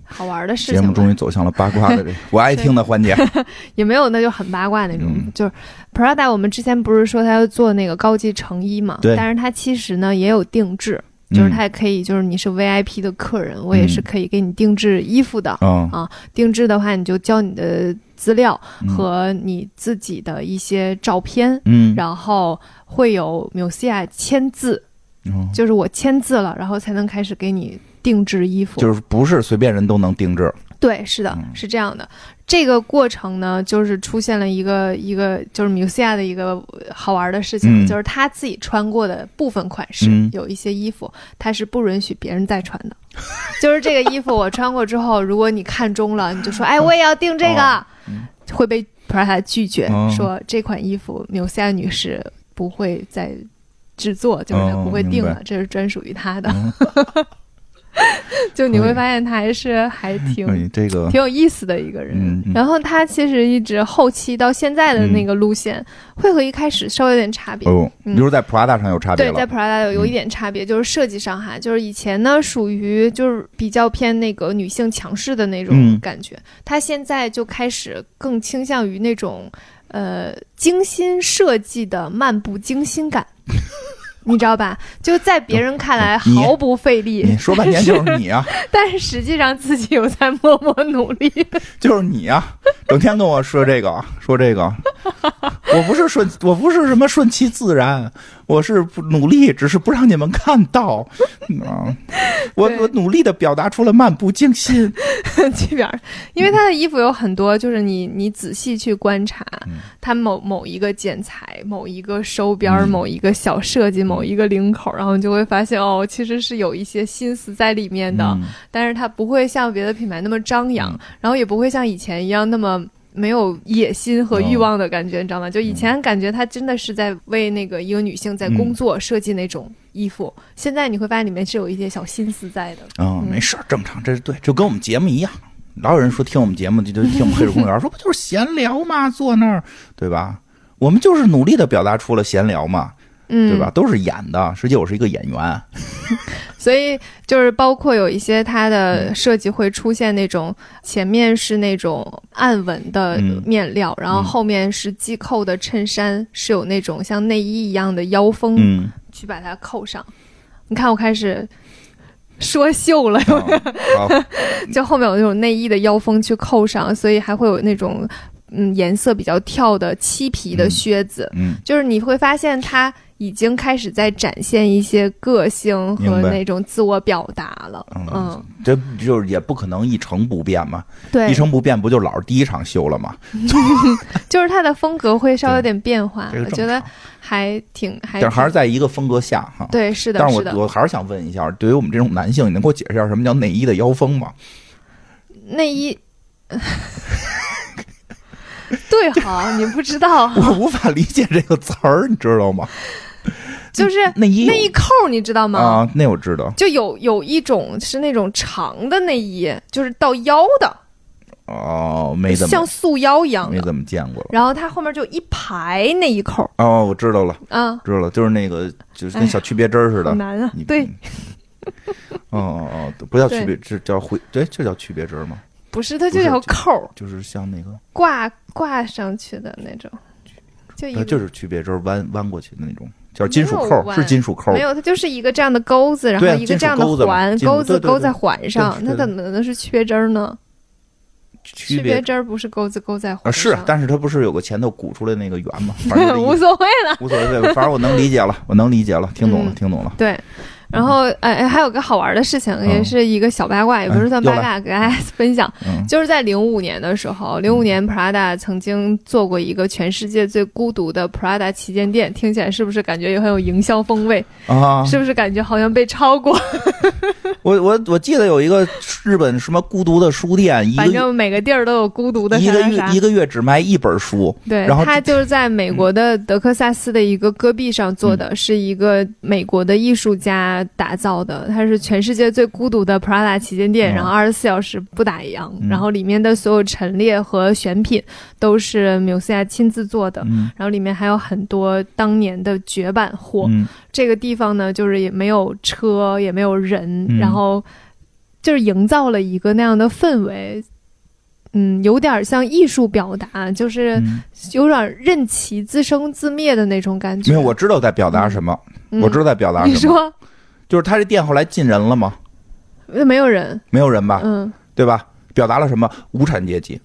好玩的事情。 节目终于走向了八卦的这我爱听的环节。 也没有那就很八卦那种、嗯、就是 Prada 我们之前不是说他要做那个高级成衣嘛， 对， 但是他其实呢也有定制，就是他也可以，就是你是 V I P 的客人、嗯、我也是可以给你定制衣服的、嗯、啊。定制的话你就交你的资料和你自己的一些照片，嗯，然后会有 Musea 签字、嗯、就是我签字了然后才能开始给你定制衣服， 就是不是随便人都能定制。 对，是的、嗯、是这样的。这个过程呢就是出现了一个一个就是 Musea 的一个好玩的事情、嗯、就是他自己穿过的部分款式、嗯、有一些衣服他是不允许别人再穿的就是这个衣服我穿过之后如果你看中了你就说哎我也要订这个、哦嗯、会被 Prada 拒绝、哦、说这款衣服 Musea 女士不会再制作，就是她不会订了、哦、这是专属于她的、嗯就你会发现他还是还挺、 嗯、这个挺有意思的一个人、 嗯嗯、 然后他其实一直后期到现在的那个路线、嗯、会和一开始稍微有点差别、 哦嗯、比如在 Prada 上有差别了。 对，在 Prada 有有一点差别、嗯、就是设计上哈，就是以前呢属于就是比较偏那个女性强势的那种感觉、嗯、他现在就开始更倾向于那种呃精心设计的漫不经心感你知道吧，就在别人看来毫不费力， 你说半天就是你啊但是实际上自己有在默默努力就是你啊，整天跟我说这个说这个我不是顺我不是什么顺其自然，我是努力，只是不让你们看到、嗯、我我努力的表达出了漫不经心这边因为他的衣服有很多就是你你仔细去观察、嗯、他某某一个剪裁某一个收边、嗯、某一个小设计某一个领口，然后你就会发现哦其实是有一些心思在里面的、嗯、但是它不会像别的品牌那么张扬、嗯、然后也不会像以前一样那么没有野心和欲望的感觉、哦、你知道吗？就以前感觉他真的是在为那个一个女性在工作设计那种衣服、嗯、现在你会发现里面是有一些小心思在的。 哦、嗯，没事，正常，这是对，就跟我们节目一样，老有人说听我们节目就就听我们黑水公园说不就是闲聊吗，坐那儿对吧，我们就是努力的表达出了闲聊嘛，嗯，对吧？都是演的，实际我是一个演员所以就是包括有一些它的设计会出现那种前面是那种暗纹的面料、嗯、然后后面是系扣的衬衫、嗯、是有那种像内衣一样的腰封、嗯、去把它扣上。你看我开始说秀了、哦、就后面有那种内衣的腰封去扣上，所以还会有那种嗯颜色比较跳的漆皮的靴子、嗯嗯、就是你会发现它已经开始在展现一些个性和那种自我表达了。嗯，嗯这就是也不可能一成不变嘛。 对， 一成不变不就老是第一场秀了吗？ 就是它的风格会稍微有点变化，我觉得还挺还但还是在一个风格下哈。 对，是的。 但是我是我还是想问一下，对于我们这种男性，你能给我解释一下什么叫内衣的腰封吗？ 内衣。对哈，你不知道我无法理解这个词儿，你知道吗？ 就是内衣内衣扣，你知道吗？ 啊，那我知道。 就有有一种是那种长的内衣，就是到腰的。 哦，没怎么像束腰一样的， 没怎么见过。 然后它后面就一排内衣扣。 哦，我知道了， 啊， 知道了，就是那个，就是跟小区别针似的。 好难啊，对。 哦哦哦，不叫区别，这叫回，对，这叫区别针吗？ 不是，它就叫扣， 就是像那个挂挂上去的那种，就一就是区别针弯弯过去的那种，叫金属扣，是金属扣。 没有，它就是一个这样的钩子，然后一个这样的环，钩子勾在环上，那怎么能是区别针呢？区别针不是钩子勾在环上， 是，但是它不是有个前头鼓出来那个圆吗？ 无所谓了， 无所谓，反正我能理解了，我能理解了，听懂了，听懂了。 对。然后哎，还有个好玩的事情，也是一个小八卦，也不是算八卦，给大家分享。就是在零五年的时候，零五年 Prada 曾经做过一个全世界最孤独的 Prada 旗舰店，听起来是不是感觉也很有营销风味啊？是不是感觉好像被超过？ 我我我记得有一个日本什么孤独的书店， 反正每个地儿都有孤独的一个月一个月只卖一本书。 对， 然后他就是在美国的德克萨斯的一个戈壁上做的，嗯、是一个美国的艺术家打造的，它是全世界最孤独的 Prada 旗舰店，嗯、然后二十四小时不打烊，嗯、然后里面的所有陈列和选品都是 Musea 亲自做的，嗯、然后里面还有很多当年的绝版货。嗯、这个地方呢，就是也没有车，也没有人，嗯、然后就是营造了一个那样的氛围。嗯，有点像艺术表达，就是有点任其自生自灭的那种感觉。 因为我知道在表达什么，嗯、我知道在表达什么。 你说， 就是他这店后来进人了吗？ 没有人， 没有人吧？ 嗯， 对吧？表达了什么？无产阶级。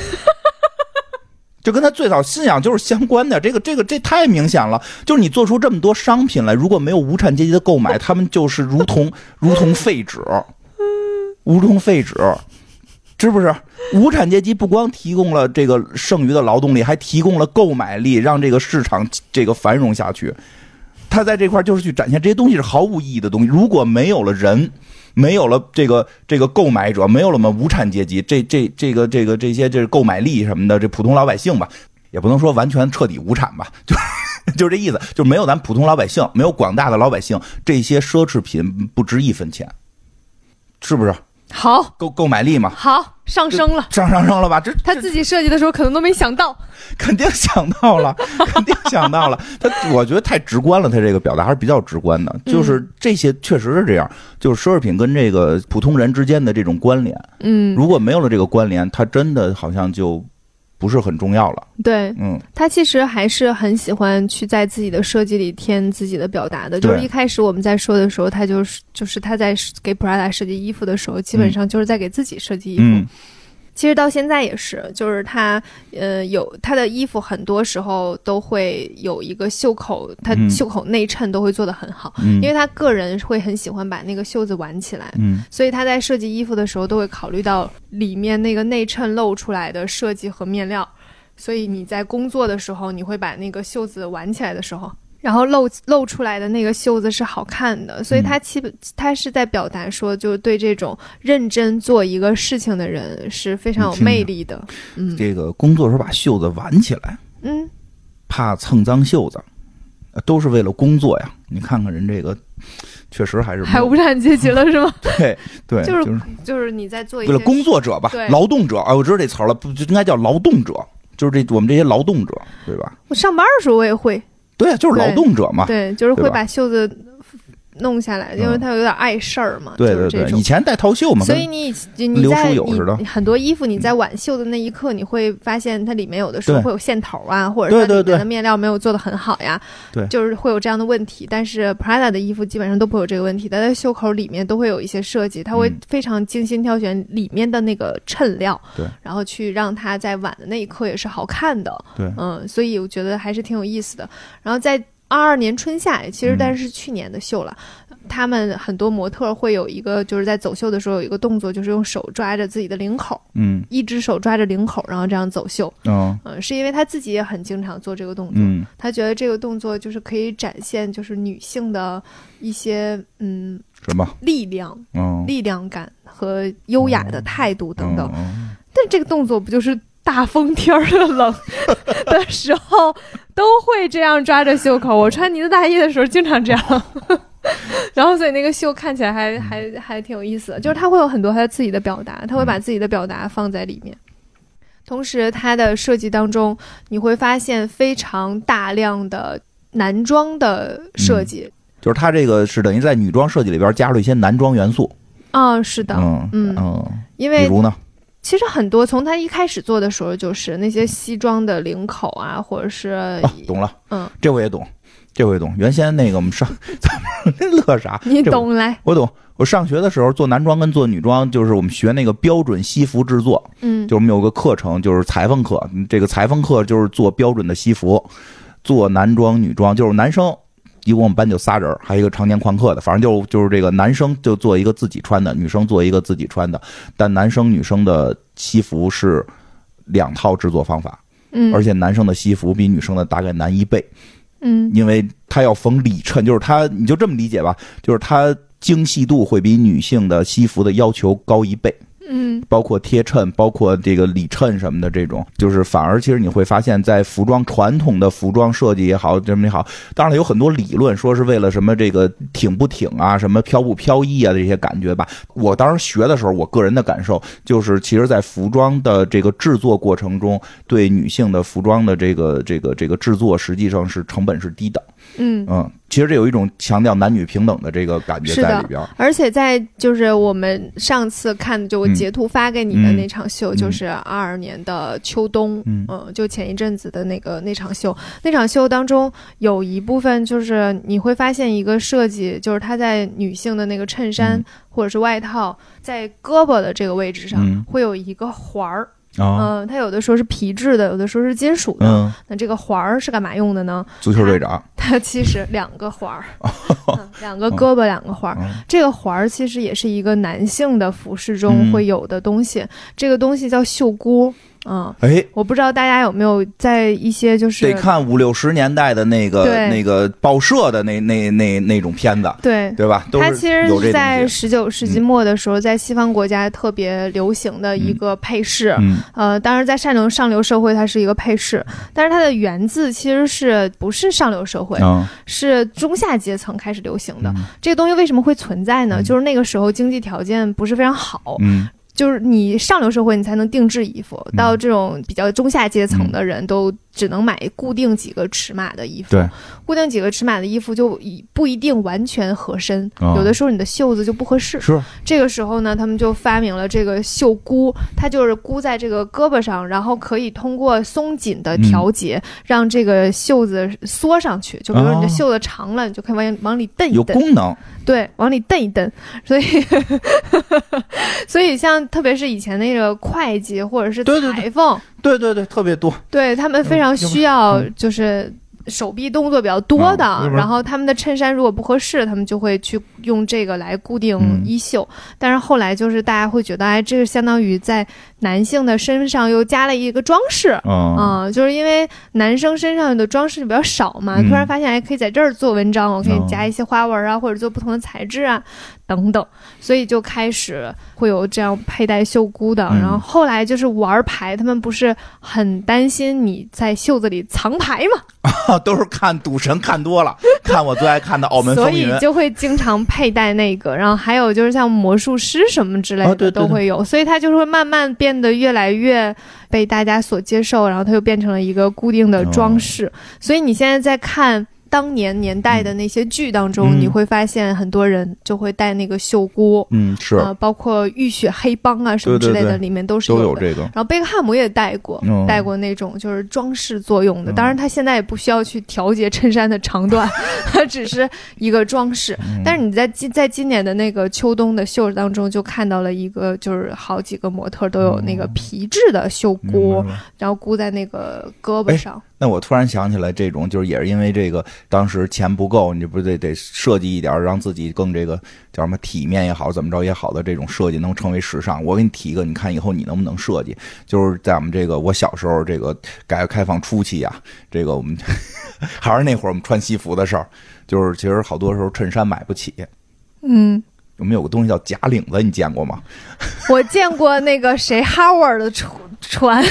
就跟他最早信仰就是相关的，这个这个这太明显了。就是你做出这么多商品来，如果没有无产阶级的购买，他们就是如同如同废纸，如同废纸。是不是无产阶级不光提供了这个剩余的劳动力，还提供了购买力，让这个市场这个繁荣下去。他在这块就是去展现这些东西是毫无意义的东西。如果没有了人，没有了这个这个购买者，没有了我们无产阶级，这这这个这个这些这购买力什么的，这普通老百姓吧，也不能说完全彻底无产吧，就就是这意思，就没有咱普通老百姓，没有广大的老百姓，这些奢侈品不值一分钱，是不是？ 好， 购购买力嘛， 好上升了， 上上升了吧？这他自己设计的时候可能都没想到， 肯定想到了，肯定想到了。他我觉得太直观了，他这个表达还是比较直观的，就是这些确实是这样，就是奢侈品跟这个普通人之间的这种关联， 嗯， 如果没有了这个关联，它真的好像就不是很重要了。 对， 嗯， 他其实还是很喜欢去在自己的设计里添自己的表达的。就是一开始我们在说的时候，他就是就是他在给 Prada 设计衣服的时候，基本上就是在给自己设计衣服。 嗯， 其实到现在也是，就是他呃有他的衣服很多时候都会有一个袖口，他袖口内衬都会做得很好， 嗯、 因为他个人会很喜欢把那个袖子挽起来， 嗯， 所以他在设计衣服的时候都会考虑到里面那个内衬露出来的设计和面料。所以你在工作的时候，你会把那个袖子挽起来的时候，然后露露出来的那个袖子是好看的。所以他基本他是在表达说，就对这种认真做一个事情的人是非常有魅力的。嗯， 这个工作时候把袖子挽起来， 嗯， 怕蹭脏袖子，都是为了工作呀。你看看人这个，确实还是还无产阶级了是吗？ 对对， 就是、 就是、 就是你在做一些为了工作者吧，劳动者。哎，我知道这词儿了，不就应该叫劳动者。就是这我们这些劳动者，对吧？ 我上班的时候我也会， 对啊，就是劳动者嘛， 对，就是会把袖子弄下来，因为它有点碍事儿嘛。 对对对，以前戴套袖嘛， 所以你你在你很多衣服你在挽袖的那一刻，你会发现它里面有的时候会有线头啊，或者是它里面的面料没有做得很好呀， 对， 就是会有这样的问题。但是 Prada 的衣服基本上都不会有这个问题，它在袖口里面都会有一些设计，它会非常精心挑选里面的那个衬料， 对， 然后去让它在挽的那一刻也是好看的， 对， 嗯，所以我觉得还是挺有意思的。然后在二二年春夏，其实但是去年的秀了。嗯，他们很多模特会有一个，就是在走秀的时候有一个动作，就是用手抓着自己的领口，嗯，一只手抓着领口，然后这样走秀。嗯、呃，是因为他自己也很经常做这个动作，嗯，他觉得这个动作就是可以展现就是女性的一些嗯什么力量， 嗯， 力量感和优雅的态度等等。嗯、但这个动作不就是大风天的冷的时候都会这样抓着袖口？我穿呢子大衣的时候经常这样。然后所以那个秀看起来还还还挺有意思的，就是他会有很多他自己的表达，他会把自己的表达放在里面。同时他的设计当中你会发现非常大量的男装的设计、嗯、 就是他这个是等于在女装设计里边加入一些男装元素。 哦，是的， 嗯嗯嗯， 因为比如呢， 其实很多从他一开始做的时候就是那些西装的领口啊，或者是、 啊、懂了， 嗯， 这我也懂，这我也懂。原先那个我们上咱们乐啥？ 你懂来？ 我懂。我上学的时候做男装跟做女装，就是我们学那个标准西服制作，嗯，就我们有个课程就是裁缝课，这个裁缝课就是做标准的西服，做男装女装，就是男生。一共我们班就仨人，还有一个常年旷课的，反正就就是这个男生就做一个自己穿的，女生做一个自己穿的，但男生女生的西服是两套制作方法，嗯，而且男生的西服比女生的大概难一倍，嗯，因为他要缝里衬，就是他你就这么理解吧，就是他精细度会比女性的西服的要求高一倍。嗯，包括贴衬，包括这个里衬什么的，这种就是反而其实你会发现在服装传统的服装设计也好，这么也好，当然有很多理论说是为了什么这个挺不挺啊，什么飘不飘逸啊这些感觉吧。我当时学的时候，我个人的感受就是，其实在服装的这个制作过程中，对女性的服装的这个这个这个制作实际上是成本是低的。 嗯嗯，其实这有一种强调男女平等的这个感觉在里边。 而且在就是我们上次看的，就我截图发给你的那场秀，嗯、就是二二年的秋冬，嗯、呃，就前一阵子的那个那场秀，那场秀当中有一部分就是你会发现一个设计，就是它在女性的那个衬衫或者是外套，在胳膊的这个位置上会有一个环儿。嗯、哦呃，它有的时候是皮质的，有的时候是金属的。嗯，那这个环儿是干嘛用的呢？ 足球队长， 它, 它其实两个环儿、嗯，两个胳膊，两个环儿。哦、这个环儿其实也是一个男性的服饰中会有的东西，嗯、这个东西叫袖箍。嗯，哎，我不知道大家有没有在一些就是得看五六十年代的那个那个报社的那那那那种片子， 对对吧？都是它其实是在十九世纪末的时候，嗯、在西方国家特别流行的一个配饰。嗯，呃，当然在上流上流社会它是一个配饰，但是它的源自其实是不是上流社会，嗯、是中下阶层开始流行的。嗯、这个东西为什么会存在呢？嗯、就是那个时候经济条件不是非常好。嗯。就是你上流社会你才能定制衣服，嗯、到这种比较中下阶层的人都只能买固定几个尺码的衣服。对，固定几个尺码的衣服就不一定完全合身，哦、有的时候你的袖子就不合适。是，这个时候呢，他们就发明了这个袖箍，它就是箍在这个胳膊上，然后可以通过松紧的调节，嗯、让这个袖子缩上去。就比如说你的袖子长了，哦、你就可以往往里蹬一蹬。 有功能。 对，往里蹬一蹬。所以，所以像。特别是以前那个会计或者是裁缝， 对对 对, 对, 对，特别多， 对他们非常需要就是手臂动作比较多的，嗯、然后他们的衬衫如果不合适，他们就会去用这个来固定衣袖。嗯、但是后来就是大家会觉得，哎，这个相当于在男性的身上又加了一个装饰，啊、嗯呃，就是因为男生身上的装饰比较少嘛，嗯、突然发现哎，可以在这儿做文章，我可以加一些花纹啊，嗯、或者做不同的材质啊。等等，所以就开始会有这样佩戴袖箍的，嗯、然后后来就是玩牌，他们不是很担心你在袖子里藏牌吗？ 啊，都是看赌神看多了，看我最爱看的《澳门风云》， 所以就会经常佩戴那个。然后还有就是像魔术师什么之类的都会有，啊、对对对，所以它就是会慢慢变得越来越被大家所接受，然后它就变成了一个固定的装饰。哦、所以你现在在看当年年代的那些剧当中，嗯、你会发现很多人就会戴那个袖箍，嗯，是啊、呃，包括浴血黑帮啊什么之类的，对对对，里面都是有的，都有这个。然后贝克汉姆也戴过，嗯、戴过那种就是装饰作用的。嗯、当然，他现在也不需要去调节衬衫的长短，它只是一个装饰。嗯、但是你在今在今年的那个秋冬的秀当中，就看到了一个，就是好几个模特都有那个皮质的袖箍，嗯、然后箍在那个胳膊上。 那我突然想起来，这种就是也是因为这个当时钱不够，你不得得设计一点让自己更这个叫什么体面也好，怎么着也好的这种设计能成为时尚。我给你提一个，你看以后你能不能设计？就是在我们这个我小时候这个改革开放初期啊，这个我们还是那会儿我们穿西服的时候，就是其实好多时候衬衫买不起，嗯。我们有个东西叫假领子，你见过吗？ 我见过那个谁 Howard 的穿。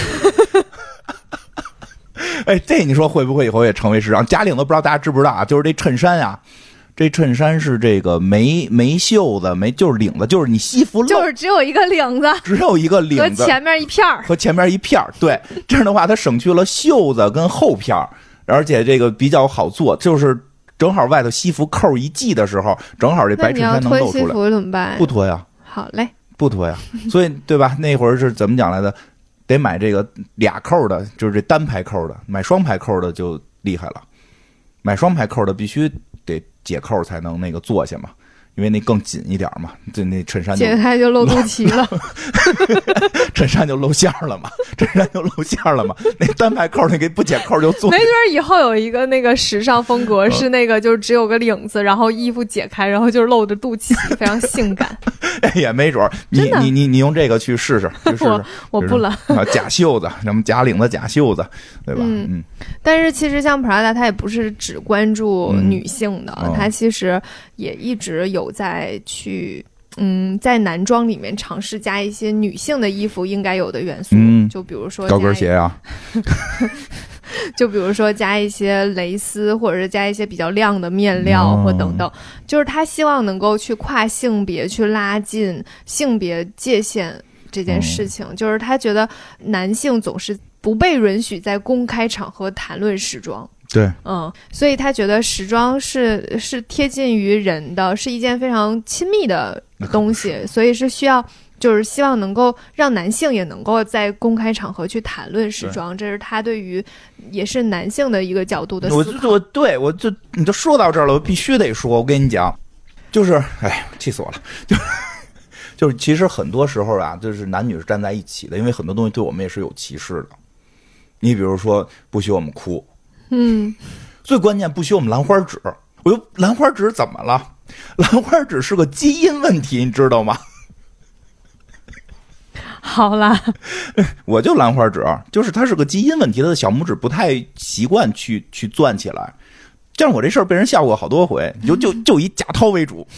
哎，这你说会不会以后也成为时尚？假领子不知道大家知不知道啊？就是这衬衫啊，这衬衫是这个没没袖子，没就是领子，就是你西服露， 就是只有一个领子， 只有一个领子和前面一片儿， 和前面一片儿。对，这样的话它省去了袖子跟后片儿，而且这个比较好做，就是正好外头西服扣一系的时候，正好这白衬衫能露出来。那你要脱西服怎么办？ 不脱呀。 好嘞， 不脱呀。所以对吧？那会儿是怎么讲来的？得买这个俩扣的，就是这单排扣的，买双排扣的就厉害了。买双排扣的必须得解扣才能那个坐下嘛，因为那更紧一点嘛，这那衬衫解开就露肚脐了， 衬衫就露馅了嘛，衬衫就露馅了嘛。那单排扣那个不解扣就坐。 没准以后有一个那个时尚风格是那个就是只有个领子，然后衣服解开，然后就是露着肚脐，非常性感。 哎，也没准你你你你用这个去试试，去试试。 我我不了啊，假袖子，什么假领子、假袖子，对吧？ 嗯。嗯，但是其实像 Prada， 它也不是只关注女性的，嗯、它其实也一直有在去。嗯，在男装里面尝试加一些女性的衣服应该有的元素，嗯、就比如说高跟鞋啊， 就比如说加一些蕾丝，或者是加一些比较亮的面料，哦、或等等，就是他希望能够去跨性别，去拉近性别界限这件事情，哦、就是他觉得男性总是不被允许在公开场合谈论时装。 对， 嗯，所以他觉得时装是是贴近于人的，是一件非常亲密的东西，所以是需要。就是希望能够让男性也能够在公开场合去谈论时装，这是他对于也是男性的一个角度的思考。 我我对我就你就说到这儿了，我必须得说，我跟你讲，就是哎，气死我了，就就是其实很多时候啊，就是男女是站在一起的，因为很多东西对我们也是有歧视的。你比如说不许我们哭， 嗯， 最关键不许我们兰花指。我就兰花指怎么了？兰花指是个基因问题，你知道吗？ 好啦， 我就兰花指，就是它是个基因问题，它的小拇指不太习惯去去攥起来。像我这事儿被人笑过好多回，就就就以贾涛为主。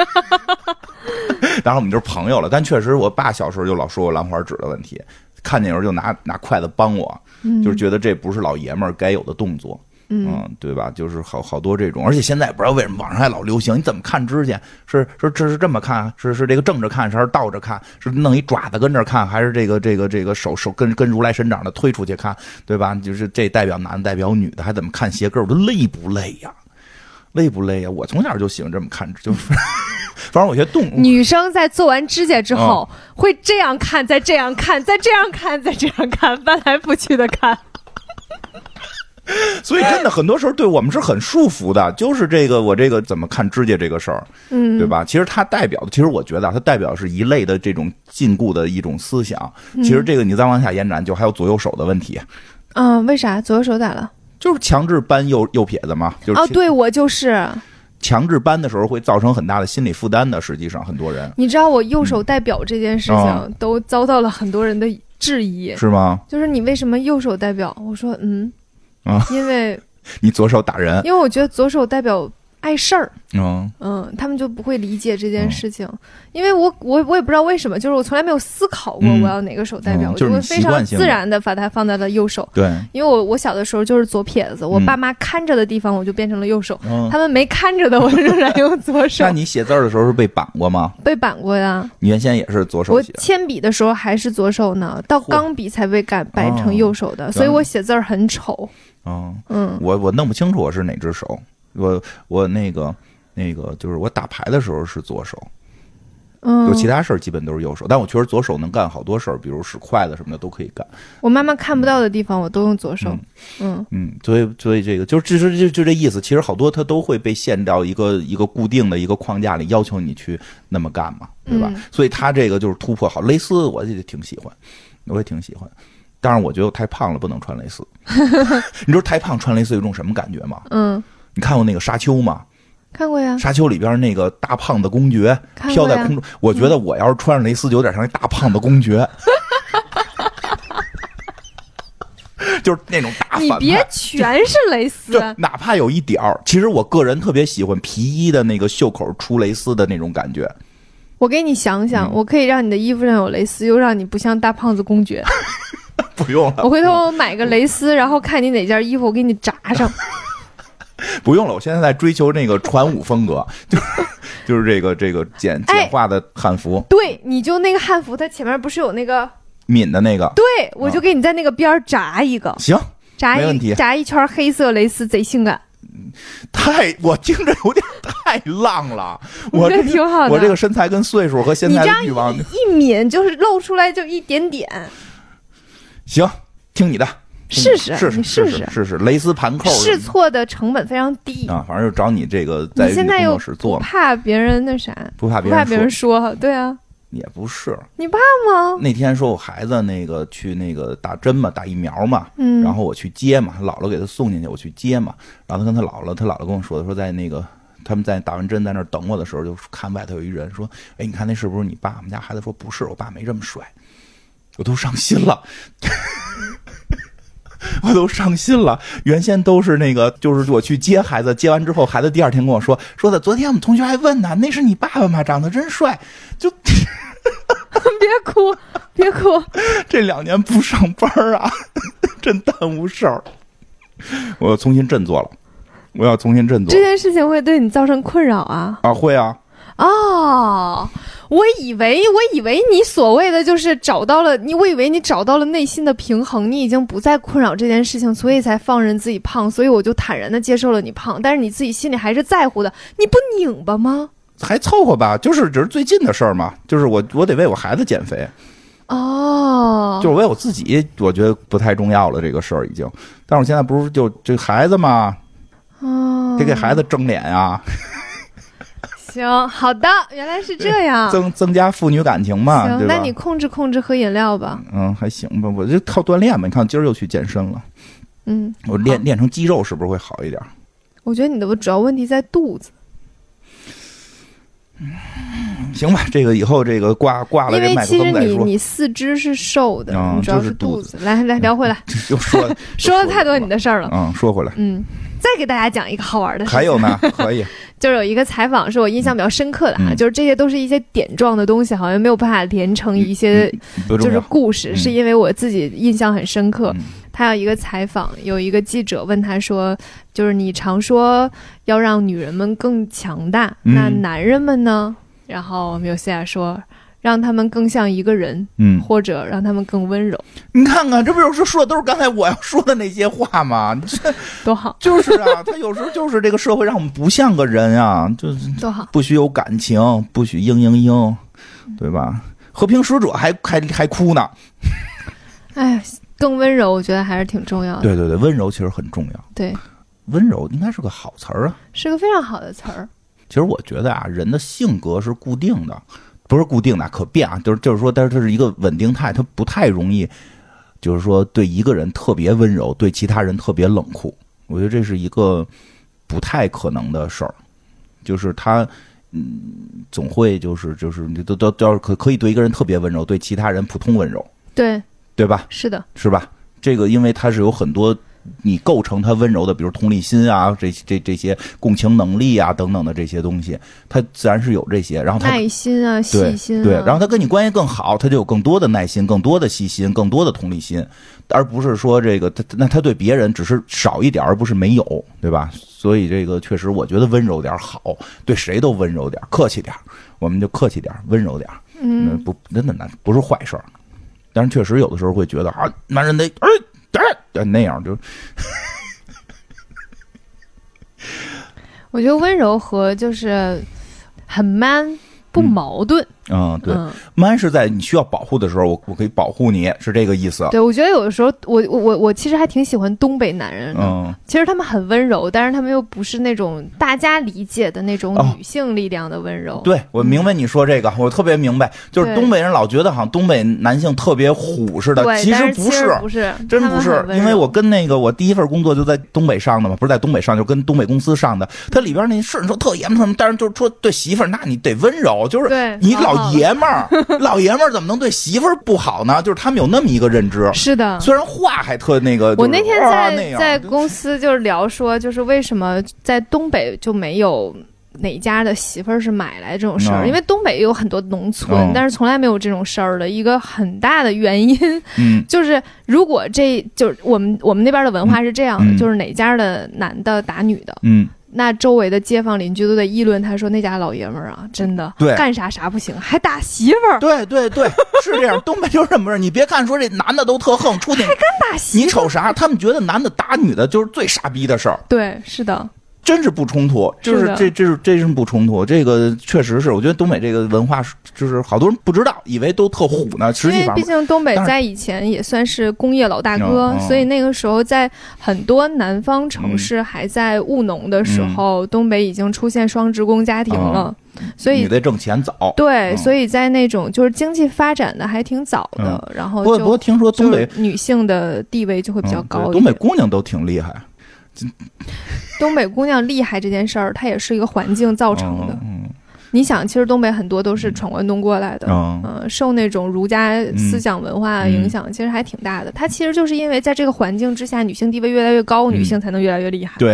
当然我们就是朋友了，但确实我爸小时候就老说我兰花指的问题，看见人就拿拿筷子帮我，就是觉得这不是老爷们儿该有的动作。嗯，对吧？就是好好多这种，而且现在也不知道为什么网上还老流行，你怎么看指甲？是是这是这么看？是是这个正着看，还是倒着看？是弄一爪子跟着看，还是这个这个这个手手跟跟如来神掌的推出去看？对吧？就是这代表男的，代表女的，还怎么看鞋跟儿？我都累不累呀？累不累呀？我从小就喜欢这么看，就是反正我觉得动物女生在做完指甲之后、嗯、会这样看，再这样看，再这样看，再这样看，翻来覆去的看。 所以真的很多时候对我们是很束缚的，就是这个我这个怎么看指甲这个事儿，嗯，对吧？其实它代表的，其实我觉得它代表是一类的这种禁锢的一种思想。其实这个你再往下延展，就还有左右手的问题。 嗯，为啥左右手咋了？ 就是强制扳右右撇子嘛。就是、 哦，对，我就是强制扳的时候会造成很大的心理负担的。实际上很多人， 你知道我右手代表这件事情、嗯、都遭到了很多人的质疑， 是吗？ 就是你为什么右手代表？我说嗯。 啊， 因为你左手打人， 因为我觉得左手代表碍事儿， 嗯嗯，他们就不会理解这件事情，嗯、因为我我我也不知道为什么，就是我从来没有思考过我要哪个手代表， 嗯、 我就会非常自然的把它放在了右手。 对， 因为我我小的时候就是左撇子，我爸妈看着的地方我就变成了右手， 嗯、 他们没看着的我仍然用左手。 那你写字的时候是被绑过吗？ 被绑过呀。 你原先也是左手写？ 我铅笔的时候还是左手呢，到钢笔才被改摆成右手的，哦、所以我写字儿很丑。 嗯嗯，我我弄不清楚我是哪只手，我我那个那个就是我打牌的时候是左手，嗯，有其他事儿基本都是右手，但我确实左手能干好多事儿，比如使筷子什么的都可以干。 我妈妈看不到的地方我都用左手，嗯嗯, 嗯，所以所以这个就就就就这意思，其实好多它都会被限到一个一个固定的一个框架里，要求你去那么干嘛，对吧？嗯、所以他这个就是突破好。蕾丝我也挺喜欢，我也挺喜欢。当然我觉得我太胖了不能穿蕾丝。你知道太胖穿蕾丝有种什么感觉吗？嗯，你看过那个沙丘吗？ 看过呀。 沙丘里边那个大胖的公爵飘在空中，我觉得我要是穿上蕾丝就有点像一大胖的公爵。就是那种大反派， 你别全是蕾丝， 就哪怕有一点儿，其实我个人特别喜欢皮衣的那个袖口出蕾丝的那种感觉。 我给你想想、嗯、我可以让你的衣服上有蕾丝，又让你不像大胖子公爵。 不用了， 我回头买个蕾丝，然后看你哪件衣服我给你扎上。 不用了，我现在在追求那个传武风格，就是就是这个这个简简化的汉服、哎。 对，你就那个汉服，它前面不是有那个敏的那个？ 对，我就给你在那个边儿扎一个。 行， 扎没问题， 扎一圈黑色蕾丝，贼性感。 太，我听着有点太浪了。我觉得挺好的。 我这个身材跟岁数和现在的欲望， 你这样一抿就是露出来就一点点。 行，听你的， 试试， 试试， 试试试，蕾丝盘扣， 试错的成本非常低啊。反正就找你这个在工作室做， 不怕别人那啥， 不怕别人， 不怕别人说，对啊。 也不是， 你怕吗？ 那天说我孩子那个去那个打针嘛，打疫苗嘛，嗯，然后我去接嘛，姥姥给他送进去，我去接嘛，然后他跟他姥姥，他姥姥跟我说的，说在那个他们在打完针在那儿等我的时候，就看外头有一人说，哎，你看那是不是你爸？我们家孩子说不是，我爸没这么帅，我都伤心了。我都伤心了，原先都是那个，就是我去接孩子，接完之后，孩子第二天跟我说，说的昨天我们同学还问呢，那是你爸爸吗？长得真帅，就别哭，别哭， 这两年不上班啊，真耽误事儿，我要重新振作了，我要重新振作。 这件事情会对你造成困扰啊？ 啊，会啊。 哦，我以为我以为你所谓的就是找到了你，我以为你找到了内心的平衡，你已经不再困扰这件事情，所以才放任自己胖，所以我就坦然的接受了你胖，但是你自己心里还是在乎的，你不拧巴吗？ 还凑合吧，就是只是最近的事儿嘛，就是我我得为我孩子减肥。 哦， 就是为我自己，我觉得不太重要了这个事儿已经。但是我现在不是就这孩子嘛， 哦， 得给孩子争脸啊。 行，好的，原来是这样， 增增加父女感情嘛， 行， 对吧？ 那你控制控制喝饮料吧。 嗯，还行吧，我就靠锻炼嘛。你看今儿又去健身了， 嗯， 我练练成肌肉是不是会好一点？ 我觉得你的主要问题在肚子。 嗯，行吧，这个以后这个挂挂了这麦克风再说。因为其实你你四肢是瘦的， 嗯、 你主要是肚子。来来聊回来， 又说说了太多你的事儿了。 嗯，说回来， 嗯，再给大家讲一个好玩的事。 还有呢，可以。 就是有一个采访是我印象比较深刻的啊， 嗯、 就是这些都是一些点状的东西，好像没有办法连成一些就是故事， 嗯、 是因为我自己印象很深刻。 嗯、 他有一个采访，有一个记者问他说，就是你常说要让女人们更强大， 嗯、 那男人们呢？然后缪西亚说，让他们更像一个人， 嗯， 或者让他们更温柔。 你看看，这不是说的都是刚才我要说的那些话吗？这多好， 就是啊，他有时候就是这个社会让我们不像个人啊，就是多好， 不许有感情，不许嘤嘤嘤，对吧？和平使者还还还哭呢。 哎，更温柔，我觉得还是挺重要的。 对对对，温柔其实很重要。 对， 温柔应该是个好词儿啊， 是个非常好的词儿。 其实我觉得啊，人的性格是固定的，不是固定的，可变啊。就是就是说，但是它是一个稳定态，它不太容易，就是说对一个人特别温柔，对其他人特别冷酷。我觉得这是一个不太可能的事儿，就是他嗯，总会就是就是你都都都要可可以对一个人特别温柔，对其他人普通温柔， 对对吧？ 是的， 是吧？这个因为它是有很多。你构成他温柔的，比如同理心啊，这这这些共情能力啊等等的这些东西，他自然是有这些。然后他耐心啊，细心啊， 对，然后他跟你关系更好，他就有更多的耐心、更多的细心、更多的同理心，而不是说这个他那他对别人只是少一点，而不是没有，对吧？所以这个确实，我觉得温柔点好，对谁都温柔点，客气点，我们就客气点，温柔点， 嗯， 不真的难，不是坏事儿。但是确实有的时候会觉得啊，男人得哎。哎，那样就， 我觉得温柔和就是很 man 不矛盾。 嗯，嗯对嗯 ，man 是在你需要保护的时候，我我可以保护你，是这个意思。 对，我觉得有的时候，我我我我其实还挺喜欢东北男人的。 嗯， 其实他们很温柔，但是他们又不是那种大家理解的那种女性力量的温柔。 哦、对，我明白你说这个，嗯、我特别明白，就是东北人老觉得好像东北男性特别虎似的，其实不是， 不是， 真不是。因为我跟那个我第一份工作就在东北上的嘛，不是在东北上，就跟东北公司上的。它里边那是说特严么，但是就是说对媳妇儿，那你得温柔，就是你老爷们儿。老爷们儿怎么能对媳妇儿不好呢？就是他们有那么一个认知。 是的， 虽然话还特那个。 我那天在、 啊、那在公司就是聊说，就是为什么在东北就没有哪家的媳妇儿是买来这种事儿、嗯？因为东北有很多农村、嗯，但是从来没有这种事儿的。一个很大的原因， 嗯， 就是如果这就是我们我们那边的文化是这样的， 嗯、 就是哪家的男的打女的， 嗯。 那周围的街坊邻居都在议论，他说那家老爷们儿啊，真的对干啥啥不行，还打媳妇儿。 对对对，是这样。东北就是这么回事。你别看说这男的都特横，出去还敢打媳妇儿， 你瞅啥？他们觉得男的打女的就是最傻逼的事儿。 对，是的。 真是不冲突，就是这这是这是不冲突，这个确实是，我觉得东北这个文化就是好多人不知道，以为都特虎呢，实际上毕竟东北在以前也算是工业老大哥，所以那个时候在很多南方城市还在务农的时候， 嗯、 东北已经出现双职工家庭了。嗯所以你得挣钱早， 对、 嗯， 所以在那种就是经济发展的还挺早的， 嗯、 然后不过不过听说东北女性的地位就会比较高一点、 嗯、东北姑娘都挺厉害。 东北姑娘厉害这件事儿，它也是一个环境造成的。 嗯嗯、 你想，其实东北很多都是闯关东过来的， 嗯、 呃，受那种儒家思想文化影响， 嗯、 其实还挺大的。它其实就是因为在这个环境之下，女性地位越来越高， 嗯、 女性才能越来越厉害。 对啊，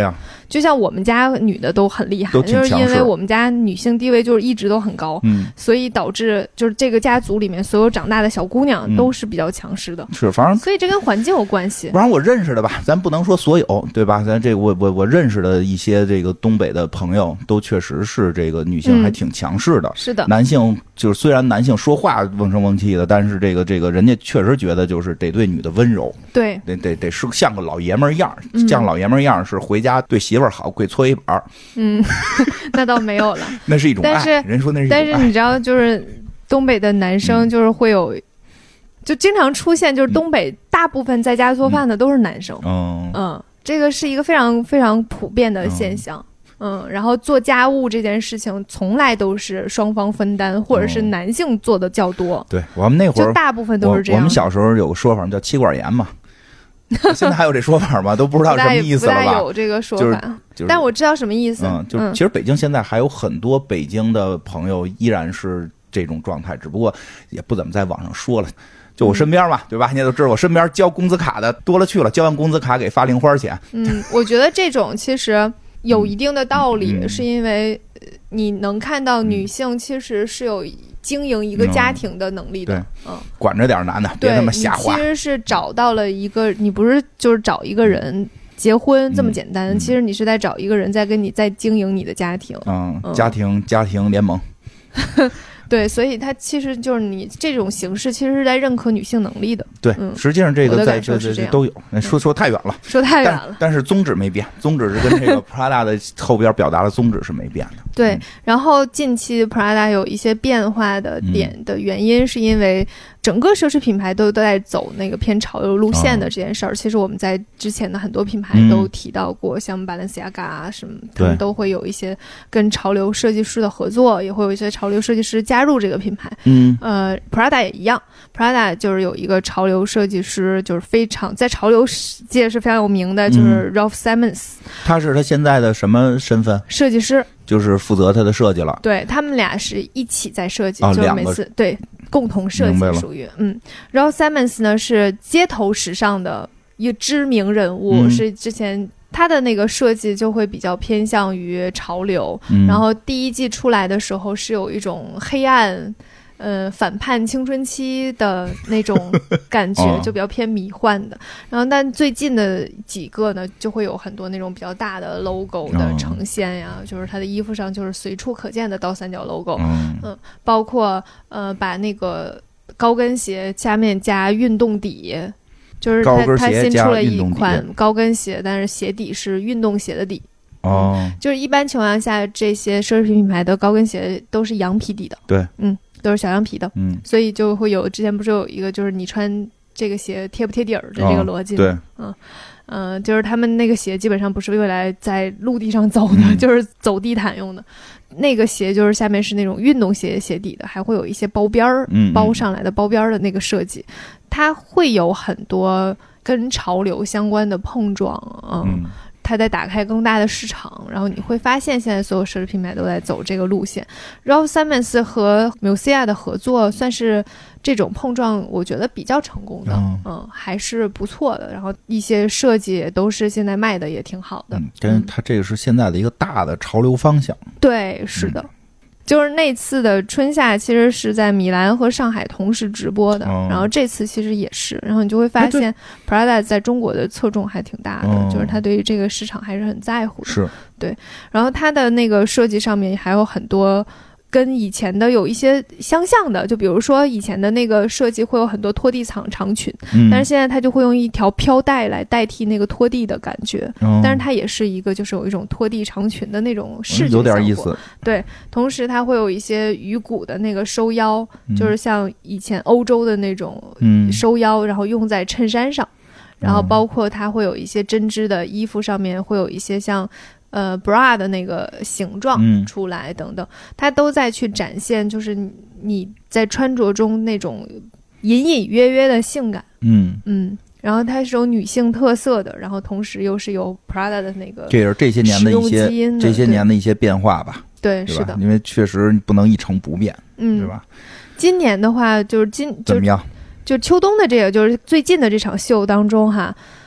就像我们家女的都很厉害， 都挺强势， 就是因为我们家女性地位就是一直都很高， 嗯， 所以导致就是这个家族里面所有长大的小姑娘都是比较强势的， 嗯、是，反正所以这跟环境有关系。 反正我认识的吧，咱不能说所有，对吧？咱这我我我认识的一些这个东北的朋友，都确实是这个女性还挺强势的。 嗯、是的， 男性就是虽然男性说话瓮声瓮气的，但是这个这个人家确实觉得就是得对女的温柔， 对， 得得得是像个老爷们儿样，嗯、像老爷们儿样是回家对媳妇儿好，跪搓衣板。 嗯，那倒没有了， 那是一种爱。 但是人说那是一种爱， 但是你知道，就是东北的男生就是会有。嗯，就经常出现，就是东北大部分在家做饭的都是男生， 嗯嗯，这个是一个非常非常普遍的现象，嗯，嗯然后做家务这件事情从来都是双方分担，或者是男性做的较多。 对，我们那会儿就大部分都是这样。 我, 我们小时候有个说法叫妻管严嘛，现在还有这说法吗？都不知道什么意思了吧？ 不大有这个说法， 就是就是、 但我知道什么意思。 嗯，就、嗯、其实北京现在还有很多北京的朋友依然是这种状态，只不过也不怎么在网上说了。就我身边嘛，对吧？你也都知道，我身边交工资卡的多了去了，交完工资卡给发零花钱。 嗯，我觉得这种其实有一定的道理，嗯、是因为你能看到女性其实是有经营一个家庭的能力的。 嗯，嗯管着点男的，别那么瞎花。 其实是找到了一个，你不是就是找一个人结婚这么简单，嗯、其实你是在找一个人在跟你在经营你的家庭。 嗯，嗯家庭家庭联盟。 对，所以它其实就是你这种形式，其实是在认可女性能力的。 对， 嗯、 实际上这个在这这都有。说说太远了， 说太远了。 但是宗旨没变，宗旨是跟这个 Prada 的后边表达的宗旨是没变的。 对， 嗯、 然后近期 Prada 有一些变化的点的原因，是因为整个奢侈品牌都都在走那个偏潮流路线的这件事儿。哦、其实我们在之前的很多品牌都提到过，嗯、像 Balenciaga 啊什么，他们都会有一些跟潮流设计师的合作，也会有一些潮流设计师加入这个品牌。 嗯， 呃 ，Prada 也一样 ，Prada 就是有一个潮流设计师，就是非常在潮流界是非常有名的，就是 Ralph Simmons。 他是他现在的什么身份？ 设计师。 就是负责他的设计了。 对，他们俩是一起在设计， 哦、 就是每次对共同设计属于嗯。然后 Simmons 呢是街头时尚的一个知名人物，嗯、是之前他的那个设计就会比较偏向于潮流。嗯、然后第一季出来的时候是有一种黑暗。呃，反叛青春期的那种感觉， 哦、 就比较偏迷幻的。然后，但最近的几个呢，就会有很多那种比较大的 logo 的呈现呀，哦、就是它的衣服上就是随处可见的倒三角 logo。嗯，嗯包括呃，把那个高跟鞋下面加运动底，就是它它新出了一款高跟鞋，但是鞋底是运动鞋的底。 哦、 嗯，就是一般情况下，这些奢侈品品牌的高跟鞋都是羊皮底的。 对， 嗯。都是小羊皮的， 嗯， 所以就会有之前不是有一个就是你穿这个鞋贴不贴底儿的这个逻辑、 哦、对， 嗯嗯、呃，就是他们那个鞋基本上不是未来在陆地上走的、嗯、就是走地毯用的，那个鞋就是下面是那种运动鞋鞋底的，还会有一些包边儿、嗯、包上来的包边儿的那个设计，它会有很多跟潮流相关的碰撞，嗯。嗯它在打开更大的市场，然后你会发现现在所有奢侈品牌都在走这个路线。Ralph Simmons 和 Musea 的合作算是这种碰撞，我觉得比较成功的，嗯，嗯还是不错的。然后一些设计也都是现在卖的也挺好的。 嗯，跟它这个是现在的一个大的潮流方向。 对，是的。嗯就是那次的春夏其实是在米兰和上海同时直播的、哦、然后这次其实也是，然后你就会发现 Prada 在中国的侧重还挺大的、哦、就是他对于这个市场还是很在乎的， 是对， 然后他的那个设计上面还有很多跟以前的有一些相像的，就比如说以前的那个设计会有很多拖地长长裙、嗯、但是现在它就会用一条飘带来代替那个拖地的感觉、哦、但是它也是一个就是有一种拖地长裙的那种视觉效果、嗯、有点意思，对，同时它会有一些鱼骨的那个收腰、嗯、就是像以前欧洲的那种收腰、嗯、然后用在衬衫上，然后包括它会有一些针织的衣服上面会有一些像呃 bra 的那个形状出来等等、嗯、它都在去展现就是你在穿着中那种隐隐约约的性感，嗯嗯，然后它是有女性特色的，然后同时又是有 Prada 的那个， 这也是这些年的一些这些年的一些变化吧， 对，对是的， 因为确实不能一成不变，嗯，对吧？ 今年的话就是今怎么样？ 就秋冬的这个就是最近的这场秀当中哈。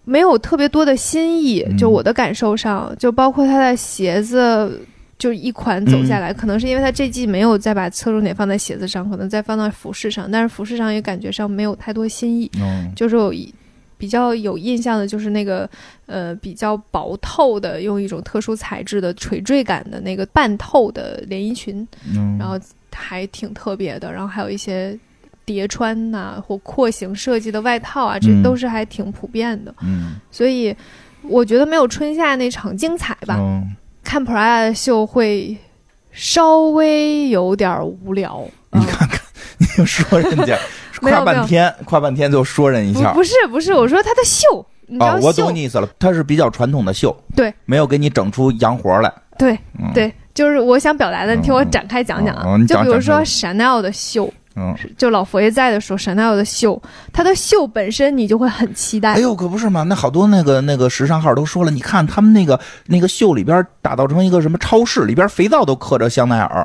没有特别多的新意，就我的感受上，嗯、就包括它的鞋子。就一款走下来、嗯、可能是因为它这季没有再把侧重点放在鞋子上，可能再放到服饰上，但是服饰上也感觉上没有太多新意、嗯、就是有比较有印象的就是那个呃比较薄透的用一种特殊材质的垂坠感的那个半透的连衣裙、嗯、然后还挺特别的，然后还有一些叠穿呐、啊、或廓形设计的外套啊，这都是还挺普遍的。嗯，所以我觉得没有春夏那场精彩吧。嗯，看 Prada 的秀会稍微有点无聊。 你看看，你就说人家夸半天，夸半天就说人一下。 不, 不是不是，我说他的秀，你知道哦，我懂你意思了，他是比较传统的秀， 对， 没有给你整出洋活来。 对、嗯、对，就是我想表达的，你听我展开讲讲啊。嗯嗯、就比如说 Chanel 的秀。嗯，就老佛爷在的时候 Chanel 的秀，他的秀本身你就会很期待。 哎呦，可不是嘛，那好多那个那个时尚号都说了，你看他们那个那个秀里边打造成一个什么超市，里边肥皂都刻着香奈儿。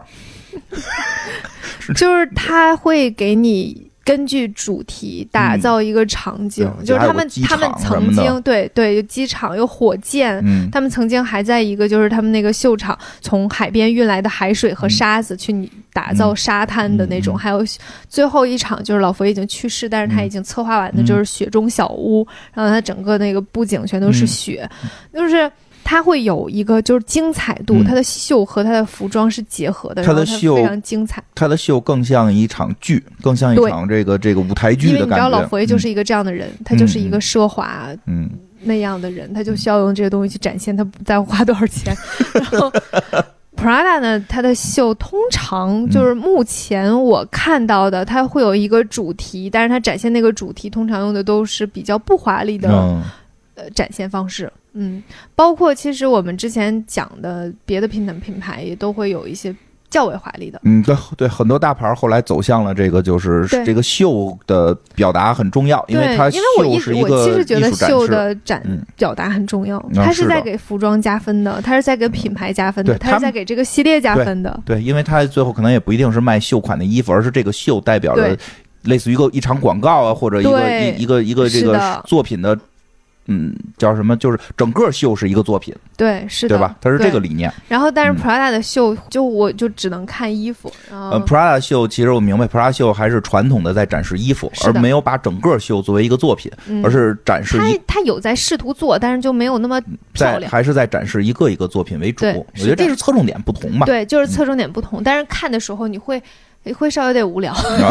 就是他会给你根据主题打造一个场景、嗯、就是他们他们曾经对对有机场有火箭、嗯、他们曾经还在一个就是他们那个秀场从海边运来的海水和沙子去打造沙滩的那种、嗯、还有最后一场就是老佛爷已经去世，但是他已经策划完的就是雪中小屋、嗯、然后他整个那个布景全都是雪、嗯、就是它会有一个就是精彩度，它、嗯、的秀和它的服装是结合的， 它的秀非常精彩。 它的秀更像一场剧，更像一场这个这个舞台剧的感觉。因为你知道老佛爷就是一个这样的人，嗯、他就是一个奢华嗯那样的人，他就需要用这个东西去展现他不在乎花多少钱。然后 Prada 呢，它的秀通常就是目前我看到的，它会有一个主题，但是它展现那个主题通常用的都是比较不华丽的、嗯、呃展现方式。嗯，包括其实我们之前讲的别的品品牌也都会有一些较为华丽的。 嗯，对对，很多大牌后来走向了这个，就是这个秀的表达很重要，因为它秀是一个艺术展示。 我其实觉得秀的展、嗯、表达很重要，它是在给服装加分的，它是在给品牌加分的，它是在给这个系列加分的。 对，对，因为它最后可能也不一定是卖秀款的衣服，而是这个秀代表着类似于一个一场广告啊，或者一个一一个一个这个作品的。嗯，叫什么？就是整个秀是一个作品， 对，是的， 对吧？它是这个理念。 然后，但是 Prada 的秀，嗯、就我就只能看衣服。 呃 ，Prada 秀其实我明白 ，Prada 秀还是传统的在展示衣服，而没有把整个秀作为一个作品，嗯、而是展示一。 他他有在试图做，但是就没有那么漂亮， 还是在展示一个一个作品为主。我觉得这是侧重点不同吧。 对，就是侧重点不同，嗯、但是看的时候你会。会稍微有点无聊，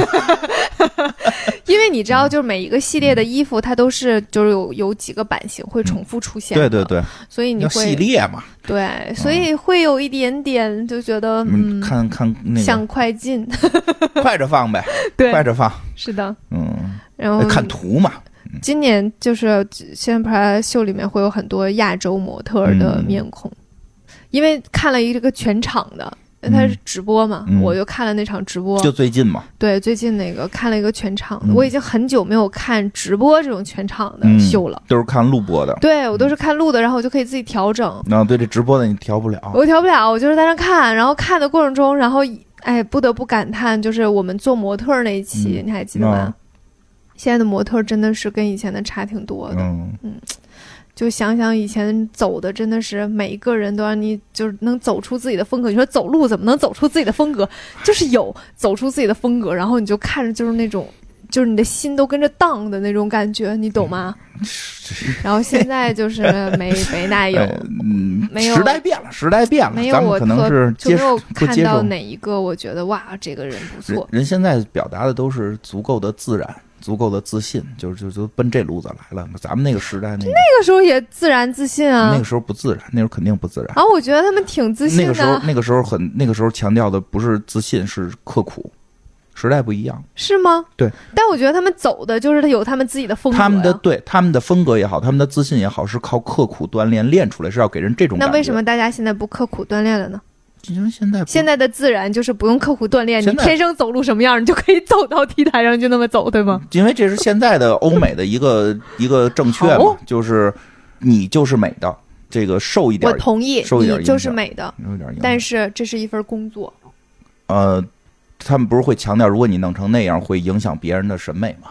因为你知道，就是每一个系列的衣服，它都是就是有有几个版型会重复出现的、 嗯，对对对， 所以你会系列嘛， 对，所以会有一点点就觉得，嗯， 看看那个想快进， 快着放呗， 对， 快着放， 是的， 嗯， 然后看图嘛。 今年就是现在 Prada 秀里面会有很多亚洲模特的面孔，嗯、因为看了一个全场的。他是直播嘛、嗯、我就看了那场直播， 就最近嘛， 对，最近那个看了一个全场的、嗯、我已经很久没有看直播这种全场的秀了、 嗯、都是看录播的， 对，我都是看录的，然后我就可以自己调整。 那、嗯、对，这直播的你调不了， 我调不了，我就是在那看，然后看的过程中，然后哎，不得不感叹，就是我们做模特那一期、嗯、你还记得吗、嗯、现在的模特真的是跟以前的差挺多的。嗯嗯，就想想以前走的真的是每一个人都让你就是能走出自己的风格。你说走路怎么能走出自己的风格？就是有走出自己的风格，然后你就看着就是那种就是你的心都跟着荡的那种感觉，你懂吗？然后现在就是没没那有， 嗯， 没有， 时代变了，时代变了， 没有我可能是接就没有看到哪一个我觉得哇这个人不错。 人, 人现在表达的都是足够的自然。足够的自信，就就就奔这路子来了。咱们那个时代、那个， 那个时候也自然自信啊。 那个时候不自然，那时候肯定不自然。 啊，我觉得他们挺自信的。 那个时候，那个时候很，那个时候强调的不是自信，是刻苦。时代不一样， 是吗？ 对。 但我觉得他们走的就是他有他们自己的风格、啊。 他们的对他们的风格也好，他们的自信也好，是靠刻苦锻炼练出来，是要给人这种感觉。 那为什么大家现在不刻苦锻炼了呢？ 因为现在现在的自然就是不用刻苦锻炼，你天生走路什么样，你就可以走到 T 台上就那么走，对吗？ 因为这是现在的欧美的一个一个正确嘛，就是你就是美的，这个受一点， 我同意， 受一点你就是美的， 有点， 但是这是一份工作。 呃，他们不是会强调，如果你弄成那样，会影响别人的审美吗？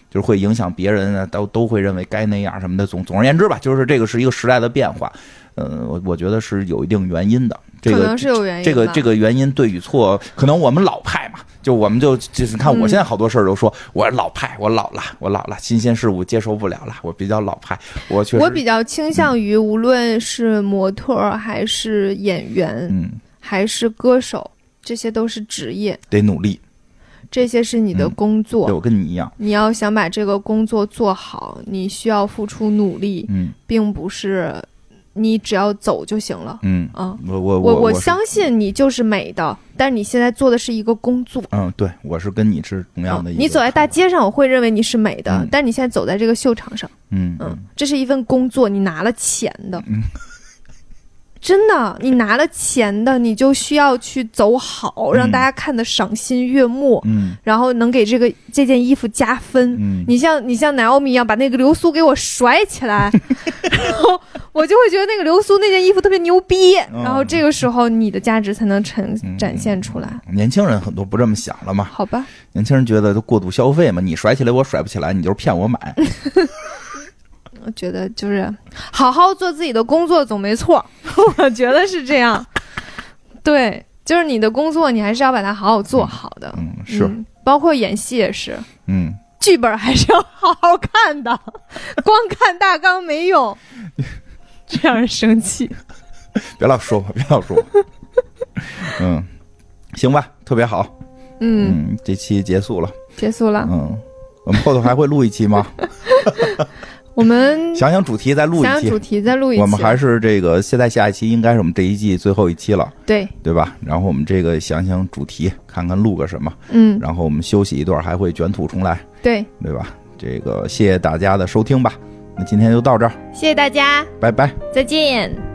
就是会影响别人啊，都都会认为该那样什么的。总总而言之吧，就是这个是一个时代的变化。呃，我我觉得是有一定原因的。这个可能是有原因。 这个这个原因对与错，可能我们老派嘛，就我们就就是看我现在好多事儿都说、嗯、我老派，我老了，我老了，新鲜事物接受不了了，我比较老派。我确实我比较倾向于，无论是模特还是演员， 嗯， 还是歌手，这些都是职业， 得努力。 这些是你的工作、 嗯、对，我跟你一样。 你要想把这个工作做好，你需要付出努力， 嗯， 并不是你只要走就行了。 嗯啊， 我我我我相信你就是美的，但是你现在做的是一个工作。 嗯，对，我是跟你是同样的一个、 嗯。你走在大街上，我会认为你是美的， 嗯、 但是你现在走在这个秀场上， 嗯嗯，这是一份工作，你拿了钱的。 嗯。 真的，你拿了钱的，你就需要去走好，让大家看得赏心悦目， 嗯， 然后能给这个这件衣服加分。 嗯， 你像你像 Naomi 一样把那个流苏给我甩起来，然后我就会觉得那个流苏那件衣服特别牛逼， 嗯、 然后这个时候你的价值才能呈展现出来。 嗯、年轻人很多不这么想了嘛？ 好吧， 年轻人觉得都过度消费嘛，你甩起来我甩不起来，你就是骗我买。 我觉得就是好好做自己的工作总没错，我觉得是这样。对，就是你的工作你还是要把它好好做好的。 嗯，嗯是、 嗯，包括演戏也是。 嗯， 剧本还是要好好看的，光看大纲没用，这让人生气。 别老说我，别老说我。嗯，行吧，特别好。 嗯, 嗯，这期结束了， 结束了。 嗯，我们后头还会录一期吗？ 我们想想主题再录一期， 想想主题再录一期。 我们还是这个现在下一期应该是我们这一季最后一期了， 对对吧？然后我们这个想想主题，看看录个什么， 嗯， 然后我们休息一段，还会卷土重来， 对对吧？这个谢谢大家的收听吧，那今天就到这儿， 谢谢大家， 拜拜， 再见。